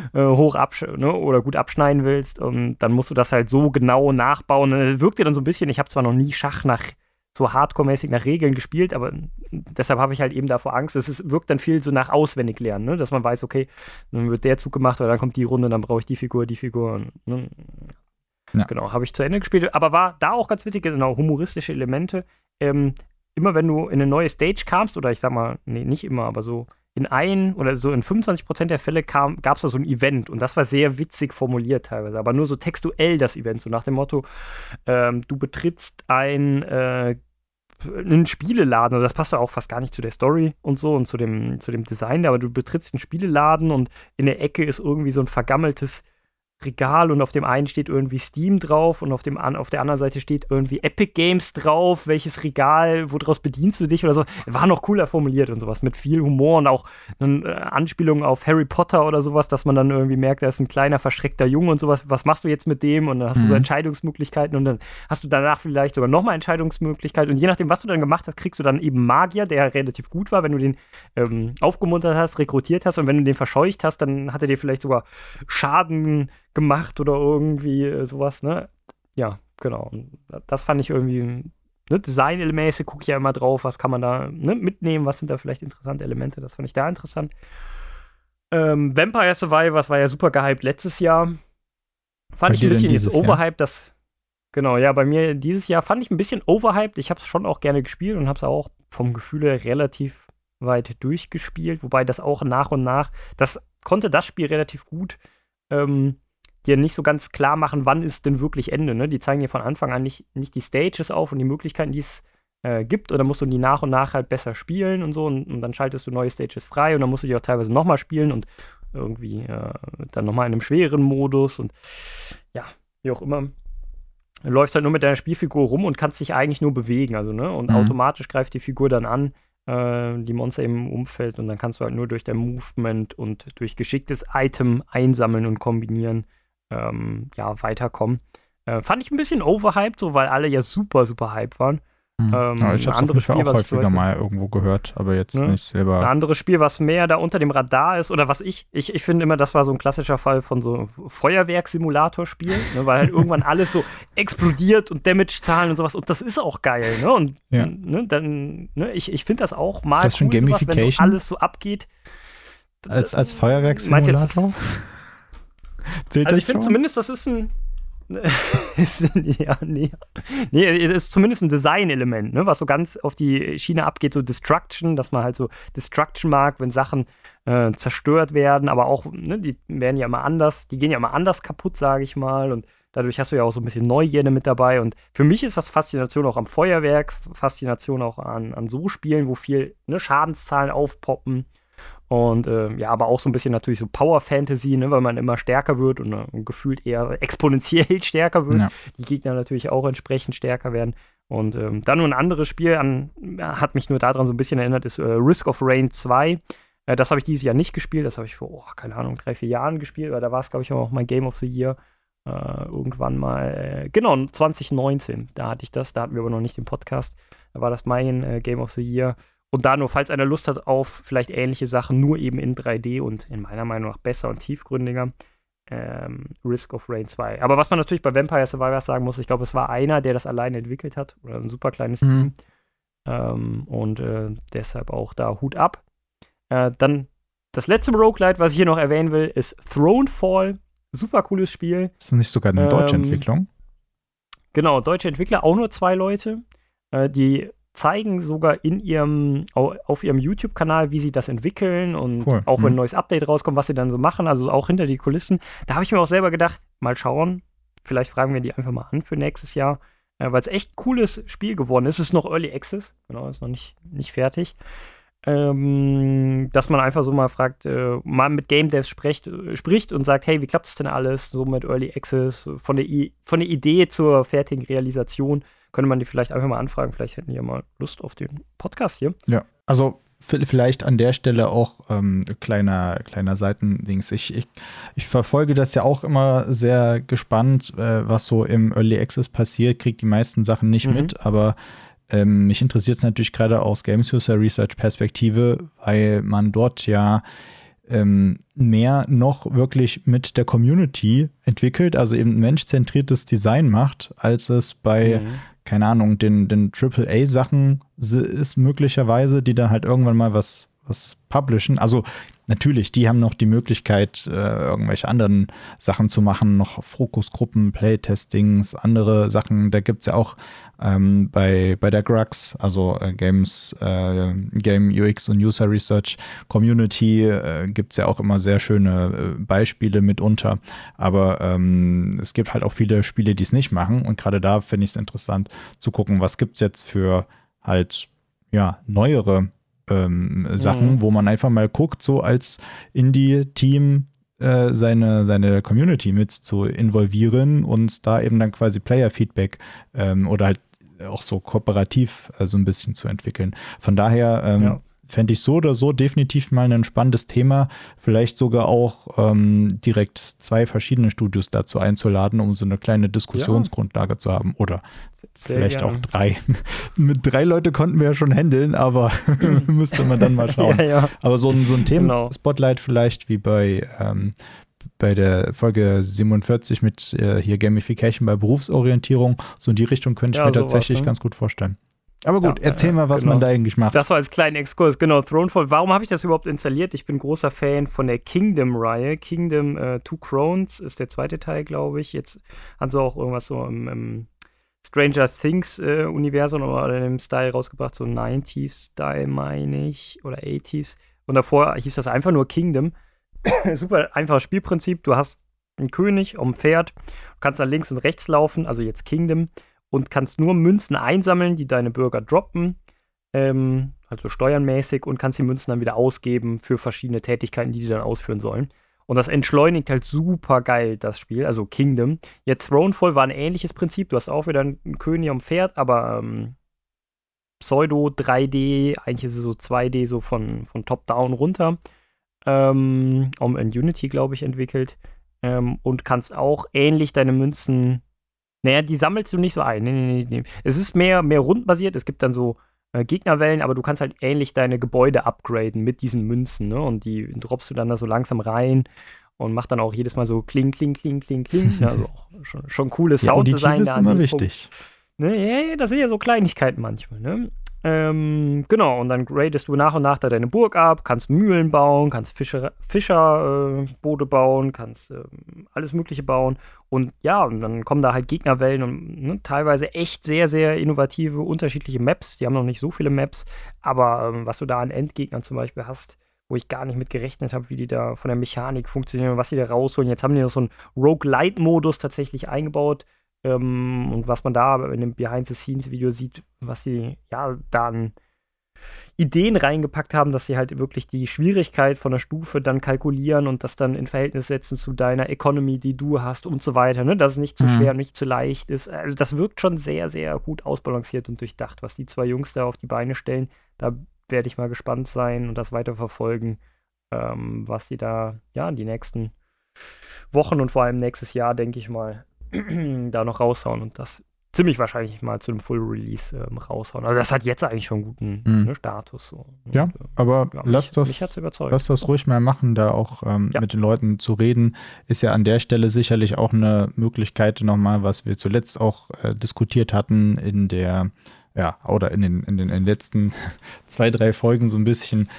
oder gut abschneiden willst und dann musst du das halt so genau nachbauen. Und es wirkt dir dann so ein bisschen, ich habe zwar noch nie Schach so hardcore-mäßig nach Regeln gespielt, aber deshalb habe ich halt eben davor Angst. Wirkt dann viel so nach auswendig lernen, ne? Dass man weiß, okay, dann wird der Zug gemacht oder dann kommt die Runde, dann brauche ich die Figur. Ne? Ja. Genau, habe ich zu Ende gespielt, aber war da auch ganz wichtig, genau, humoristische Elemente. Immer wenn du in eine neue Stage kamst, oder ich sag mal, nee, nicht immer, aber so in 25% der Fälle gab es da so ein Event und das war sehr witzig formuliert teilweise, aber nur so textuell das Event, so nach dem Motto, du betrittst einen Spieleladen, also das passt ja auch fast gar nicht zu der Story und so und zu dem Design, aber du betrittst einen Spieleladen und in der Ecke ist irgendwie so ein vergammeltes Regal und auf dem einen steht irgendwie Steam drauf und auf der anderen Seite steht irgendwie Epic Games drauf, welches Regal, woraus bedienst du dich oder so. War noch cooler formuliert und sowas, mit viel Humor und auch eine Anspielung auf Harry Potter oder sowas, dass man dann irgendwie merkt, da ist ein kleiner, verschreckter Junge und sowas, was machst du jetzt mit dem? Und dann hast du so Entscheidungsmöglichkeiten und dann hast du danach vielleicht sogar nochmal Entscheidungsmöglichkeiten und je nachdem, was du dann gemacht hast, kriegst du dann eben Magier, der relativ gut war, wenn du den aufgemuntert hast, rekrutiert hast und wenn du den verscheucht hast, dann hat er dir vielleicht sogar Schaden gemacht oder irgendwie sowas, ne? Ja, genau. Und das fand ich irgendwie, ne, designmäßig gucke ich ja immer drauf, was kann man da mitnehmen, was sind da vielleicht interessante Elemente, das fand ich da interessant. Vampire Survivors war ja super gehypt letztes Jahr. Fand ich ein bisschen jetzt overhyped, genau, ja, bei mir dieses Jahr fand ich ein bisschen overhyped. Ich habe es schon auch gerne gespielt und habe es auch vom Gefühl her relativ weit durchgespielt, wobei das auch nach und nach, das konnte das Spiel relativ gut dir nicht so ganz klar machen, wann ist denn wirklich Ende, ne? Die zeigen dir von Anfang an nicht die Stages auf und die Möglichkeiten, die es gibt, und dann musst du die nach und nach halt besser spielen und so und dann schaltest du neue Stages frei und dann musst du die auch teilweise nochmal spielen und irgendwie dann nochmal in einem schwereren Modus und ja, wie auch immer. Du läufst halt nur mit deiner Spielfigur rum und kannst dich eigentlich nur bewegen, also, ne? Und automatisch greift die Figur dann an, die Monster im Umfeld und dann kannst du halt nur durch dein Movement und durch geschicktes Item einsammeln und kombinieren weiterkommen. Fand ich ein bisschen overhyped, so, weil alle ja super, super hyped waren. Ja, ich habe es auch häufiger mal irgendwo gehört, aber jetzt nicht selber. Ein anderes Spiel, was mehr da unter dem Radar ist, oder was ich finde immer, das war so ein klassischer Fall von so Feuerwerk-Simulator-Spiel, ne, weil halt irgendwann alles so explodiert und Damage-Zahlen und sowas, und das ist auch geil, ne, und ich finde das auch mal ist das schon Gamification? Sowas, wenn so alles so abgeht. Als Feuerwerk-Simulator? Zählt also ich finde zumindest, das ist ein es ist zumindest ein Design-Element, ne, was so ganz auf die Schiene abgeht, so Destruction, dass man halt so Destruction mag, wenn Sachen zerstört werden, aber auch, ne, die werden ja immer anders, die gehen ja immer anders kaputt, sage ich mal, und dadurch hast du ja auch so ein bisschen Neugierde mit dabei und für mich ist das Faszination auch am Feuerwerk, Faszination auch an so Spielen, wo viel Schadenszahlen aufpoppen. Und aber auch so ein bisschen natürlich so Power-Fantasy, ne, weil man immer stärker wird und gefühlt eher exponentiell stärker wird. Ja. Die Gegner natürlich auch entsprechend stärker werden. Und dann nur ein anderes Spiel, hat mich nur daran so ein bisschen erinnert, ist Risk of Rain 2. Das habe ich dieses Jahr nicht gespielt. Das habe ich vor, keine Ahnung, 3-4 Jahren gespielt. Weil da war es, glaube ich, auch mein Game of the Year. Irgendwann mal, 2019, da hatte ich das. Da hatten wir aber noch nicht den Podcast. Da war das mein Game of the Year. Und da nur, falls einer Lust hat auf vielleicht ähnliche Sachen, nur eben in 3D und in meiner Meinung nach besser und tiefgründiger, Risk of Rain 2. Aber was man natürlich bei Vampire Survivors sagen muss, ich glaube, es war einer, der das alleine entwickelt hat, oder ein super kleines Team. Und deshalb auch da Hut ab. Dann das letzte Roguelite, was ich hier noch erwähnen will, ist Thronefall. Super cooles Spiel. Ist das nicht sogar eine deutsche Entwicklung? Genau, deutsche Entwickler, auch nur 2 Leute. Die zeigen sogar auf ihrem YouTube-Kanal, wie sie das entwickeln und auch wenn ein neues Update rauskommt, was sie dann so machen, also auch hinter die Kulissen. Da habe ich mir auch selber gedacht, mal schauen, vielleicht fragen wir die einfach mal an für nächstes Jahr, weil es echt ein cooles Spiel geworden ist. Es ist noch Early Access, genau, ist noch nicht fertig. Dass man einfach so mal fragt, mal mit Game Devs spricht und sagt, hey, wie klappt das denn alles, so mit Early Access, von der Idee zur fertigen Realisation. Könnte man die vielleicht einfach mal anfragen. Vielleicht hätten die ja mal Lust auf den Podcast hier. Ja, also vielleicht an der Stelle auch kleiner Seitendings. Ich verfolge das ja auch immer sehr gespannt, was so im Early Access passiert. Kriege die meisten Sachen nicht mit, aber mich interessiert es natürlich gerade aus Games User Research Perspektive, weil man dort ja mehr noch wirklich mit der Community entwickelt, also eben menschzentriertes Design macht, als es bei, keine Ahnung, den AAA-Sachen ist möglicherweise, die dann halt irgendwann mal was publishen. Also natürlich, die haben noch die Möglichkeit, irgendwelche anderen Sachen zu machen, noch Fokusgruppen, Playtestings, andere Sachen. Da gibt es ja auch bei der GRUX, also Game UX und User Research Community, gibt es ja auch immer sehr schöne Beispiele mitunter. Aber es gibt halt auch viele Spiele, die es nicht machen. Und gerade da finde ich es interessant zu gucken, was gibt es jetzt für halt neuere Sachen, wo man einfach mal guckt, so als Indie-Team, seine Community mit zu involvieren und da eben dann quasi Player-Feedback oder halt auch so kooperativ so ein bisschen zu entwickeln. Von daher fände ich so oder so definitiv mal ein spannendes Thema, vielleicht sogar auch direkt 2 verschiedene Studios dazu einzuladen, um so eine kleine Diskussionsgrundlage zu haben. Oder vielleicht auch 3. Mit 3 Leute konnten wir ja schon handeln, aber müsste man dann mal schauen. Aber so ein Themen-Spotlight vielleicht wie bei der Folge 47 mit hier Gamification bei Berufsorientierung, so in die Richtung könnte ich mir tatsächlich ganz gut vorstellen. Aber gut, erzähl mal, was man da eigentlich macht. Das war als kleinen Exkurs, genau, Thronefall. Warum habe ich das überhaupt installiert? Ich bin großer Fan von der Kingdom-Reihe. Kingdom Two Crowns ist der 2. Teil, glaube ich. Jetzt haben sie auch irgendwas so im Stranger Things-Universum oder in dem Style rausgebracht, so 90s-Style, meine ich, oder 80s. Und davor hieß das einfach nur Kingdom. Super einfaches Spielprinzip. Du hast einen König auf dem Pferd, du kannst dann links und rechts laufen, also jetzt Kingdom, und kannst nur Münzen einsammeln, die deine Bürger droppen, also steuernmäßig, und kannst die Münzen dann wieder ausgeben für verschiedene Tätigkeiten, die dann ausführen sollen. Und das entschleunigt halt super geil, das Spiel, also Kingdom. Jetzt Thronefall war ein ähnliches Prinzip, du hast auch wieder einen König am Pferd, aber Pseudo 3D, eigentlich ist es so 2D, so von Top-Down runter. In Unity, glaube ich, entwickelt. Und kannst auch ähnlich deine Münzen. Naja, die sammelst du nicht so ein. Nee. Es ist mehr rundenbasiert. Es gibt dann so Gegnerwellen, aber du kannst halt ähnlich deine Gebäude upgraden mit diesen Münzen, ne? Und die droppst du dann da so langsam rein und macht dann auch jedes Mal so kling, kling, kling, kling, kling. Also auch schon cooles Sounddesign. Das ist immer wichtig. Ne, das sind ja so Kleinigkeiten manchmal, ne? Genau, und dann gradest du nach und nach da deine Burg ab, kannst Mühlen bauen, kannst Fischerboote bauen, kannst alles Mögliche bauen. Und ja, und dann kommen da halt Gegnerwellen und teilweise echt sehr, sehr innovative, unterschiedliche Maps. Die haben noch nicht so viele Maps, aber was du da an Endgegnern zum Beispiel hast, wo ich gar nicht mit gerechnet habe, wie die da von der Mechanik funktionieren und was die da rausholen. Jetzt haben die noch so einen Roguelite-Modus tatsächlich eingebaut. Und was man da in dem Behind-the-Scenes-Video sieht, was sie da an Ideen reingepackt haben, dass sie halt wirklich die Schwierigkeit von der Stufe dann kalkulieren und das dann in Verhältnis setzen zu deiner Economy, die du hast und so weiter, ne? Dass es nicht zu schwer und nicht zu leicht ist. Also das wirkt schon sehr, sehr gut ausbalanciert und durchdacht, was die 2 Jungs da auf die Beine stellen. Da werde ich mal gespannt sein und das weiter verfolgen, was sie da die nächsten Wochen und vor allem nächstes Jahr, denke ich mal, da noch raushauen und das ziemlich wahrscheinlich mal zu einem Full-Release raushauen. Also das hat jetzt eigentlich schon einen guten Status. So. Ja, und, aber lass das ruhig mal machen, da auch mit den Leuten zu reden, ist ja an der Stelle sicherlich auch eine Möglichkeit nochmal, was wir zuletzt auch diskutiert hatten in der oder in den letzten 2, 3 Folgen so ein bisschen,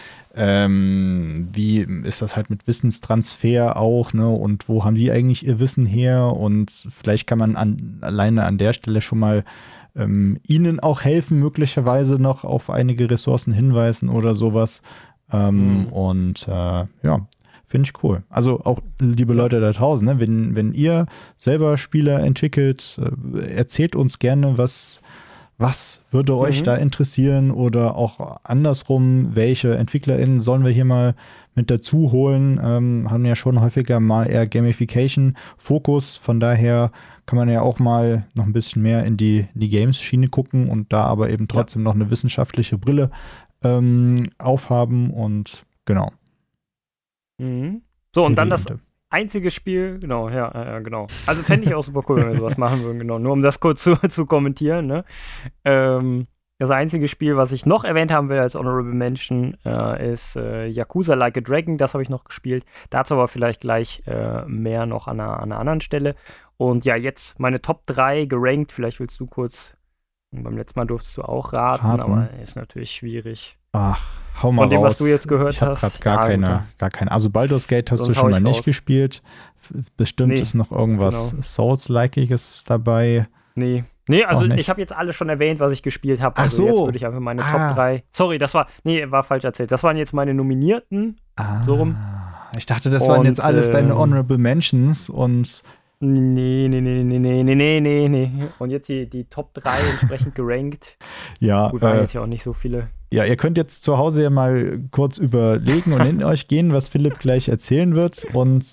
wie ist das halt mit Wissenstransfer auch, ne? Und wo haben die eigentlich ihr Wissen her? Und vielleicht kann man alleine an der Stelle schon mal ihnen auch helfen, möglicherweise noch auf einige Ressourcen hinweisen oder sowas. Und finde ich cool. Also auch, liebe Leute da draußen, ne? Wenn ihr selber Spieler entwickelt, erzählt uns gerne, was würde euch da interessieren oder auch andersrum, welche EntwicklerInnen sollen wir hier mal mit dazu holen? Haben ja schon häufiger mal eher Gamification-Fokus, von daher kann man ja auch mal noch ein bisschen mehr in die Games-Schiene gucken und da aber eben trotzdem noch eine wissenschaftliche Brille aufhaben und genau. So, und dann das einzige Spiel, genau. Also fände ich auch super cool, wenn wir sowas machen würden, genau. Nur um das kurz zu kommentieren, ne? Das einzige Spiel, was ich noch erwähnt haben will als Honorable Mention, ist Yakuza Like a Dragon. Das habe ich noch gespielt. Dazu aber vielleicht gleich mehr noch an einer anderen Stelle. Und ja, jetzt meine Top 3 gerankt. Vielleicht willst du kurz, beim letzten Mal durftest du auch raten. Aber ist natürlich schwierig. Ach, hau mal raus. Von dem, was du jetzt gehört hast. Ich habe gerade gar keine. Also Baldur's Gate hast du schon mal nicht gespielt. Bestimmt ist noch irgendwas Souls-like'iges dabei. Nee, also ich habe jetzt alles schon erwähnt, was ich gespielt habe. Also jetzt würde ich einfach meine Top 3. Sorry, war falsch erzählt. Das waren jetzt meine Nominierten. So rum. Ich dachte, das waren jetzt alles deine Honorable Mentions und Nee. Und jetzt die Top 3 entsprechend gerankt. Ja. Gut, waren jetzt ja auch nicht so viele. Ja, ihr könnt jetzt zu Hause ja mal kurz überlegen und in euch gehen, was Philipp gleich erzählen wird. Und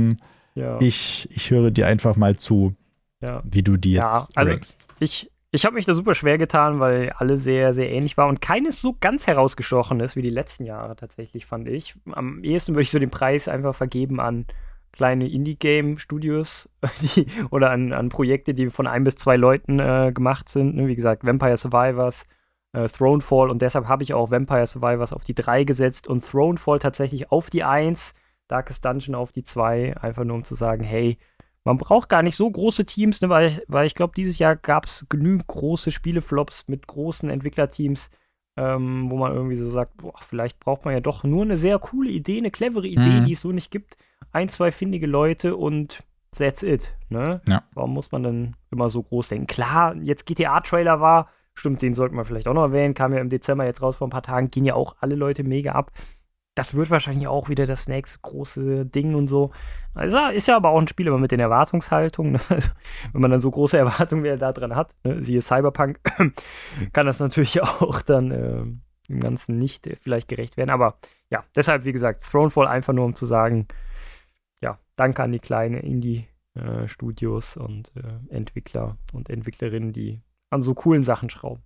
ich höre dir einfach mal zu, wie du die jetzt rankst. Ich habe mich da super schwer getan, weil alle sehr, sehr ähnlich waren und keines so ganz herausgestochen ist wie die letzten Jahre tatsächlich, fand ich. Am ehesten würde ich so den Preis einfach vergeben an kleine Indie-Game-Studios oder an Projekte, die von 1 bis 2 Leuten gemacht sind. Ne? Wie gesagt, Vampire Survivors, Thronefall, und deshalb habe ich auch Vampire Survivors auf die 3 gesetzt und Thronefall tatsächlich auf die 1, Darkest Dungeon auf die 2, einfach nur um zu sagen, hey, man braucht gar nicht so große Teams, ne, weil ich glaube, dieses Jahr gab es genügend große Spieleflops mit großen Entwicklerteams, wo man irgendwie so sagt, boah, vielleicht braucht man ja doch nur eine sehr coole Idee, eine clevere Idee, die es so nicht gibt. 1, 2 findige Leute und that's it. Ne? Ja. Warum muss man dann immer so groß denken? Klar, jetzt GTA-Trailer war, stimmt, den sollten wir vielleicht auch noch erwähnen, kam ja im Dezember jetzt raus vor ein paar Tagen, gehen ja auch alle Leute mega ab. Das wird wahrscheinlich auch wieder das nächste große Ding und so. Also ist ja aber auch ein Spiel immer mit den Erwartungshaltungen. Ne? Also, wenn man dann so große Erwartungen, wie er da dran hat, ne? Siehe Cyberpunk, kann das natürlich auch dann im Ganzen nicht vielleicht gerecht werden. Aber ja, deshalb, wie gesagt, Thronefall einfach nur, um zu sagen, ja, danke an die kleinen Indie-Studios und Entwickler und Entwicklerinnen, die an so coolen Sachen schrauben.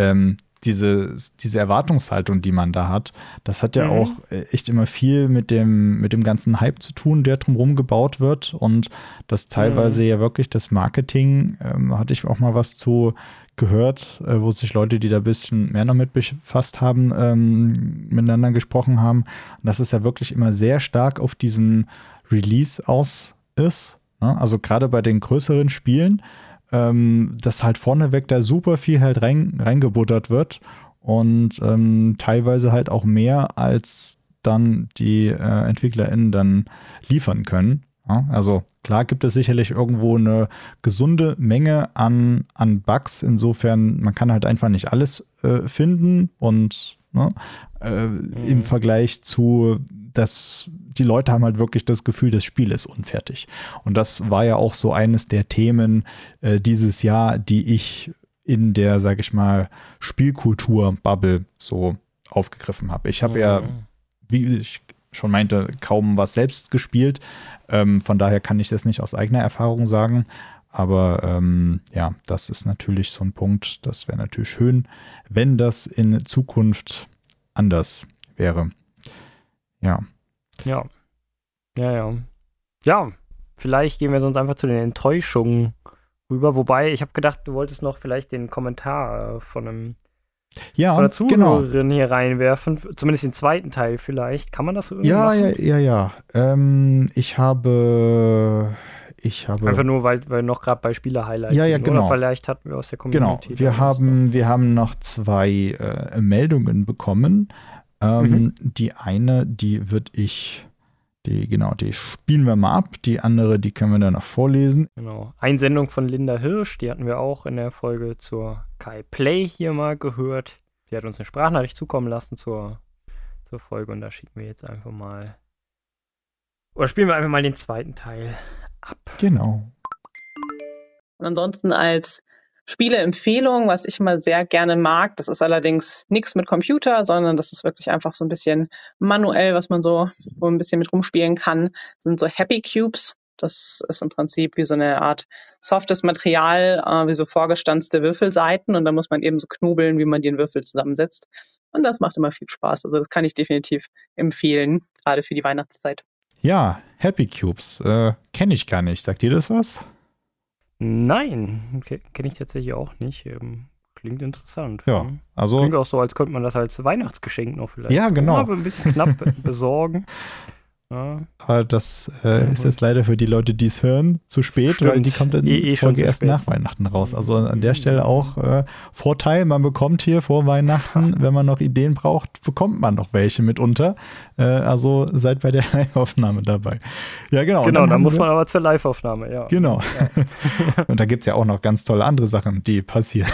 Diese Erwartungshaltung, die man da hat, das hat ja auch echt immer viel mit dem ganzen Hype zu tun, der drumherum gebaut wird, und das teilweise ja wirklich das Marketing, hatte ich auch mal was zu gehört, wo sich Leute, die da ein bisschen mehr noch mit befasst haben, miteinander gesprochen haben, und dass es ja wirklich immer sehr stark auf diesen Release aus ist, ne? Also gerade bei den größeren Spielen, dass halt vorneweg da super viel halt reingebuttert wird und teilweise halt auch mehr, als dann die EntwicklerInnen dann liefern können. Ja? Also klar gibt es sicherlich irgendwo eine gesunde Menge an Bugs, insofern man kann halt einfach nicht alles finden und im Vergleich zu, dass die Leute haben halt wirklich das Gefühl, das Spiel ist unfertig. Und das war ja auch so eines der Themen dieses Jahr, die ich in der, sag ich mal, Spielkultur-Bubble so aufgegriffen habe. Ich habe ja, wie ich schon meinte, kaum was selbst gespielt. Von daher kann ich das nicht aus eigener Erfahrung sagen. Aber ja, das ist natürlich so ein Punkt, das wäre natürlich schön, wenn das in Zukunft anders wäre. Ja. Ja, vielleicht gehen wir sonst einfach zu den Enttäuschungen rüber. Wobei, ich habe gedacht, du wolltest noch vielleicht den Kommentar von einer Zuhörerin hier reinwerfen. Zumindest den zweiten Teil vielleicht. Kann man das so irgendwie machen? Ja. Ich habe einfach nur, weil wir noch gerade bei Spieler-Highlights sind. Genau. Oder vielleicht hatten wir aus der Community. Genau, wir haben noch 2 Meldungen bekommen. Die eine, die spielen wir mal ab. Die andere, die können wir dann noch vorlesen. Genau. Einsendung von Linda Hirsch, die hatten wir auch in der Folge zur Kai Play hier mal gehört. Sie hat uns eine Sprachnachricht zukommen lassen zur Folge, und da schicken wir jetzt einfach mal, oder spielen wir einfach mal den zweiten Teil ab. Genau. Und ansonsten als Spieleempfehlung, was ich immer sehr gerne mag, das ist allerdings nichts mit Computer, sondern das ist wirklich einfach so ein bisschen manuell, was man so ein bisschen mit rumspielen kann, sind so Happy Cubes. Das ist im Prinzip wie so eine Art softes Material, wie so vorgestanzte Würfelseiten, und da muss man eben so knobeln, wie man den Würfel zusammensetzt. Und das macht immer viel Spaß. Also das kann ich definitiv empfehlen, gerade für die Weihnachtszeit. Ja, Happy Cubes, kenne ich gar nicht. Sagt ihr das was? Nein, kenne ich tatsächlich auch nicht. Klingt interessant. Ja, also klingt auch so, als könnte man das als Weihnachtsgeschenk noch vielleicht ein bisschen knapp besorgen. Ja. Aber das ist jetzt leider für die Leute, die es hören, zu spät, weil die kommt dann Folge erst nach Weihnachten raus. Also an der Stelle auch Vorteil, man bekommt hier vor Weihnachten, wenn man noch Ideen braucht, bekommt man noch welche mitunter. Also seid bei der Live-Aufnahme dabei. Ja, genau. Genau, dann muss man aber zur Live-Aufnahme, ja. Genau. Ja. Und da gibt es ja auch noch ganz tolle andere Sachen, die passieren.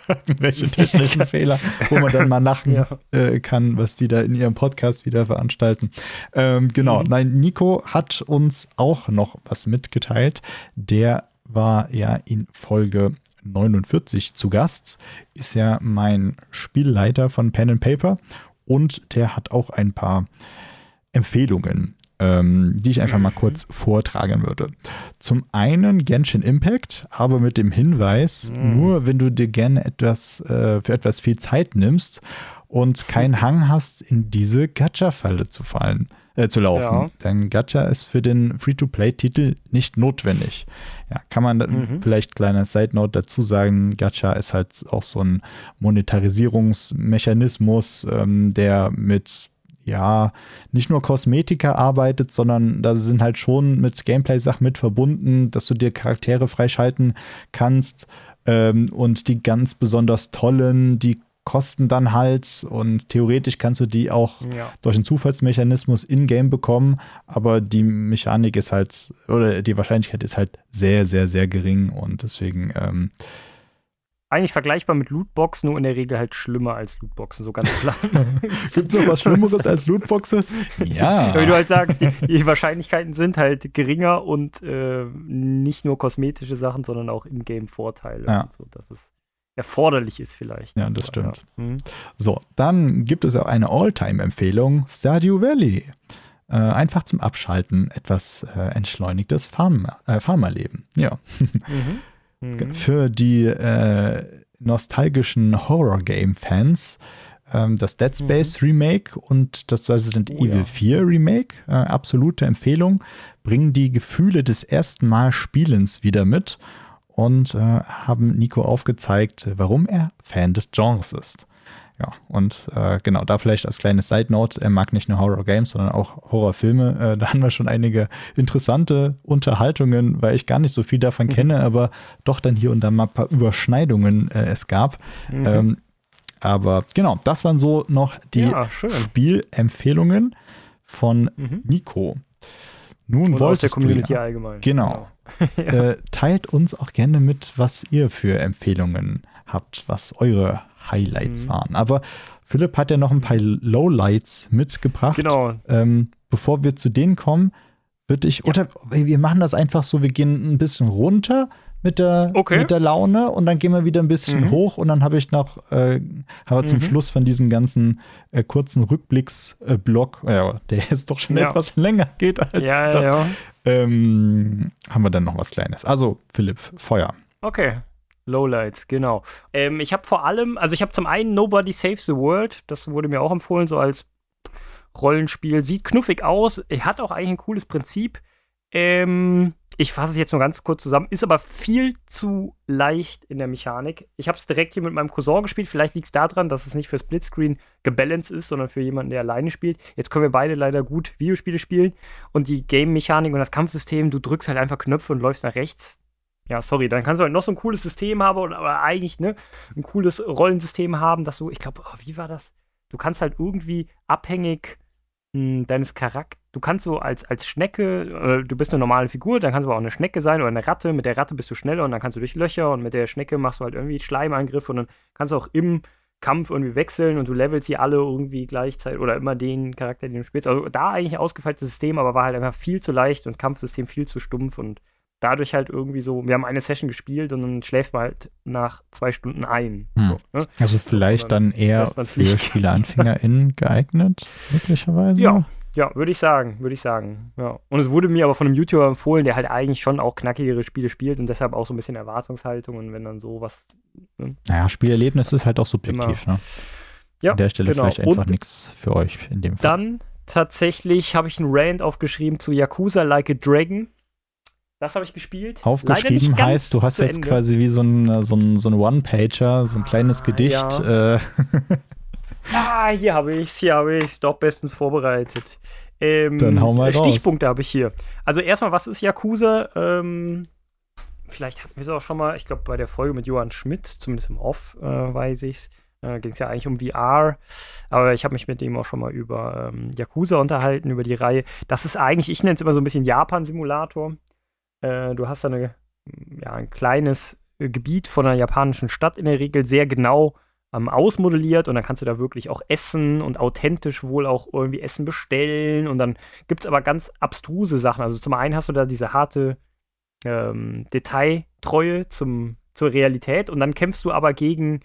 irgendwelche technischen Fehler, wo man dann mal lachen kann, was die da in ihrem Podcast wieder veranstalten. Genau, nein, Nico hat uns auch noch was mitgeteilt. Der war ja in Folge 49 zu Gast, ist ja mein Spielleiter von Pen and Paper und der hat auch ein paar Empfehlungen, die ich einfach mal kurz vortragen würde. Zum einen Genshin Impact, aber mit dem Hinweis, nur wenn du dir gerne für etwas viel Zeit nimmst und keinen Hang hast, in diese Gacha-Falle zu laufen. Ja. Denn Gacha ist für den Free-to-Play-Titel nicht notwendig. Ja, kann man dann vielleicht kleiner Side-Note dazu sagen, Gacha ist halt auch so ein Monetarisierungsmechanismus, der mit nicht nur Kosmetika arbeitet, sondern da sind halt schon mit Gameplay-Sachen mit verbunden, dass du dir Charaktere freischalten kannst und die ganz besonders tollen, die kosten dann halt und theoretisch kannst du die auch durch einen Zufallsmechanismus in-game bekommen, aber die Mechanik ist halt, oder die Wahrscheinlichkeit ist halt sehr, sehr, sehr gering und deswegen eigentlich vergleichbar mit Lootboxen, nur in der Regel halt schlimmer als Lootboxen, so ganz klar. Gibt es noch was Schlimmeres als Lootboxes? Ja. Wie du halt sagst, die Wahrscheinlichkeiten sind halt geringer und nicht nur kosmetische Sachen, sondern auch In-Game-Vorteile. Ja. So, dass es erforderlich ist vielleicht. Ja, das stimmt. Ja. So, dann gibt es auch eine All-Time-Empfehlung, Stardew Valley. Einfach zum Abschalten, etwas entschleunigtes Farmerleben. Ja. Für die nostalgischen Horror-Game-Fans das Dead Space Remake und das Resident Evil 4 Remake, absolute Empfehlung, bringen die Gefühle des ersten Mal Spielens wieder mit und haben Nico aufgezeigt, warum er Fan des Genres ist. Ja, und genau, da vielleicht als kleines Side-Note, er mag nicht nur Horror-Games, sondern auch Horrorfilme. Da haben wir schon einige interessante Unterhaltungen, weil ich gar nicht so viel davon kenne, aber doch dann hier und da mal ein paar Überschneidungen es gab. Aber genau, das waren so noch die Spielempfehlungen von Nico. Nun und aus der Community allgemein. Genau. Teilt uns auch gerne mit, was ihr für Empfehlungen habt, was eure Highlights waren. Aber Philipp hat ja noch ein paar Lowlights mitgebracht. Genau. Bevor wir zu denen kommen, würde ich, oder wir machen das einfach so, wir gehen ein bisschen runter mit der Laune und dann gehen wir wieder ein bisschen hoch und dann habe ich noch, zum Schluss von diesem ganzen kurzen Rückblicksblock, der jetzt doch schon etwas länger geht als gedacht, haben wir dann noch was Kleines. Also Philipp, Feuer. Okay. Lowlights, genau. Ich habe vor allem, also ich habe zum einen Nobody Saves the World, das wurde mir auch empfohlen, so als Rollenspiel. Sieht knuffig aus, hat auch eigentlich ein cooles Prinzip. Ich fasse es jetzt nur ganz kurz zusammen, ist aber viel zu leicht in der Mechanik. Ich habe es direkt hier mit meinem Cousin gespielt, vielleicht liegt es daran, dass es nicht für Splitscreen gebalanced ist, sondern für jemanden, der alleine spielt. Jetzt können wir beide leider gut Videospiele spielen und die Game-Mechanik und das Kampfsystem, du drückst halt einfach Knöpfe und läufst nach rechts. Ja, sorry, dann kannst du halt noch so ein cooles System haben, aber eigentlich, ein cooles Rollensystem haben, dass du, ich glaube, wie war das? Du kannst halt irgendwie abhängig deines Charakters, du kannst so als Schnecke, du bist eine normale Figur, dann kannst du aber auch eine Schnecke sein oder eine Ratte, mit der Ratte bist du schneller und dann kannst du durch Löcher und mit der Schnecke machst du halt irgendwie Schleimangriffe und dann kannst du auch im Kampf irgendwie wechseln und du levelst sie alle irgendwie gleichzeitig oder immer den Charakter, den du spielst. Also da eigentlich ausgefeiltes System, aber war halt einfach viel zu leicht und Kampfsystem viel zu stumpf und dadurch halt irgendwie so, wir haben eine Session gespielt und dann schläft man halt nach 2 Stunden ein. So, ne? Also vielleicht dann eher für SpieleanfängerInnen geeignet, möglicherweise? Ja, würde ich sagen. Ja. Und es wurde mir aber von einem YouTuber empfohlen, der halt eigentlich schon auch knackigere Spiele spielt und deshalb auch so ein bisschen Erwartungshaltung und wenn dann sowas. Ne? Naja, Spielerlebnis ist halt auch subjektiv, ne? Ja, an der Stelle vielleicht einfach nichts für euch in dem Fall. Dann tatsächlich habe ich einen Rant aufgeschrieben zu Yakuza Like a Dragon. Das habe ich gespielt. Aufgeschrieben heißt, du hast jetzt quasi wie so ein One-Pager, so ein kleines Gedicht. Ja. Hier habe ich's. Doch bestens vorbereitet. Dann hau mal raus. Stichpunkte habe ich hier. Also erstmal, was ist Yakuza? Vielleicht hatten wir es auch schon mal, ich glaube bei der Folge mit Johann Schmidt, zumindest im Off, weiß ich's. Ging es ja eigentlich um VR, aber ich habe mich mit ihm auch schon mal über Yakuza unterhalten, über die Reihe. Das ist eigentlich, ich nenne es immer so ein bisschen Japan-Simulator. Du hast da ein kleines Gebiet von einer japanischen Stadt in der Regel sehr genau ausmodelliert und dann kannst du da wirklich auch essen und authentisch wohl auch irgendwie Essen bestellen und dann gibt es aber ganz abstruse Sachen. Also zum einen hast du da diese harte Detailtreue zur Realität und dann kämpfst du aber gegen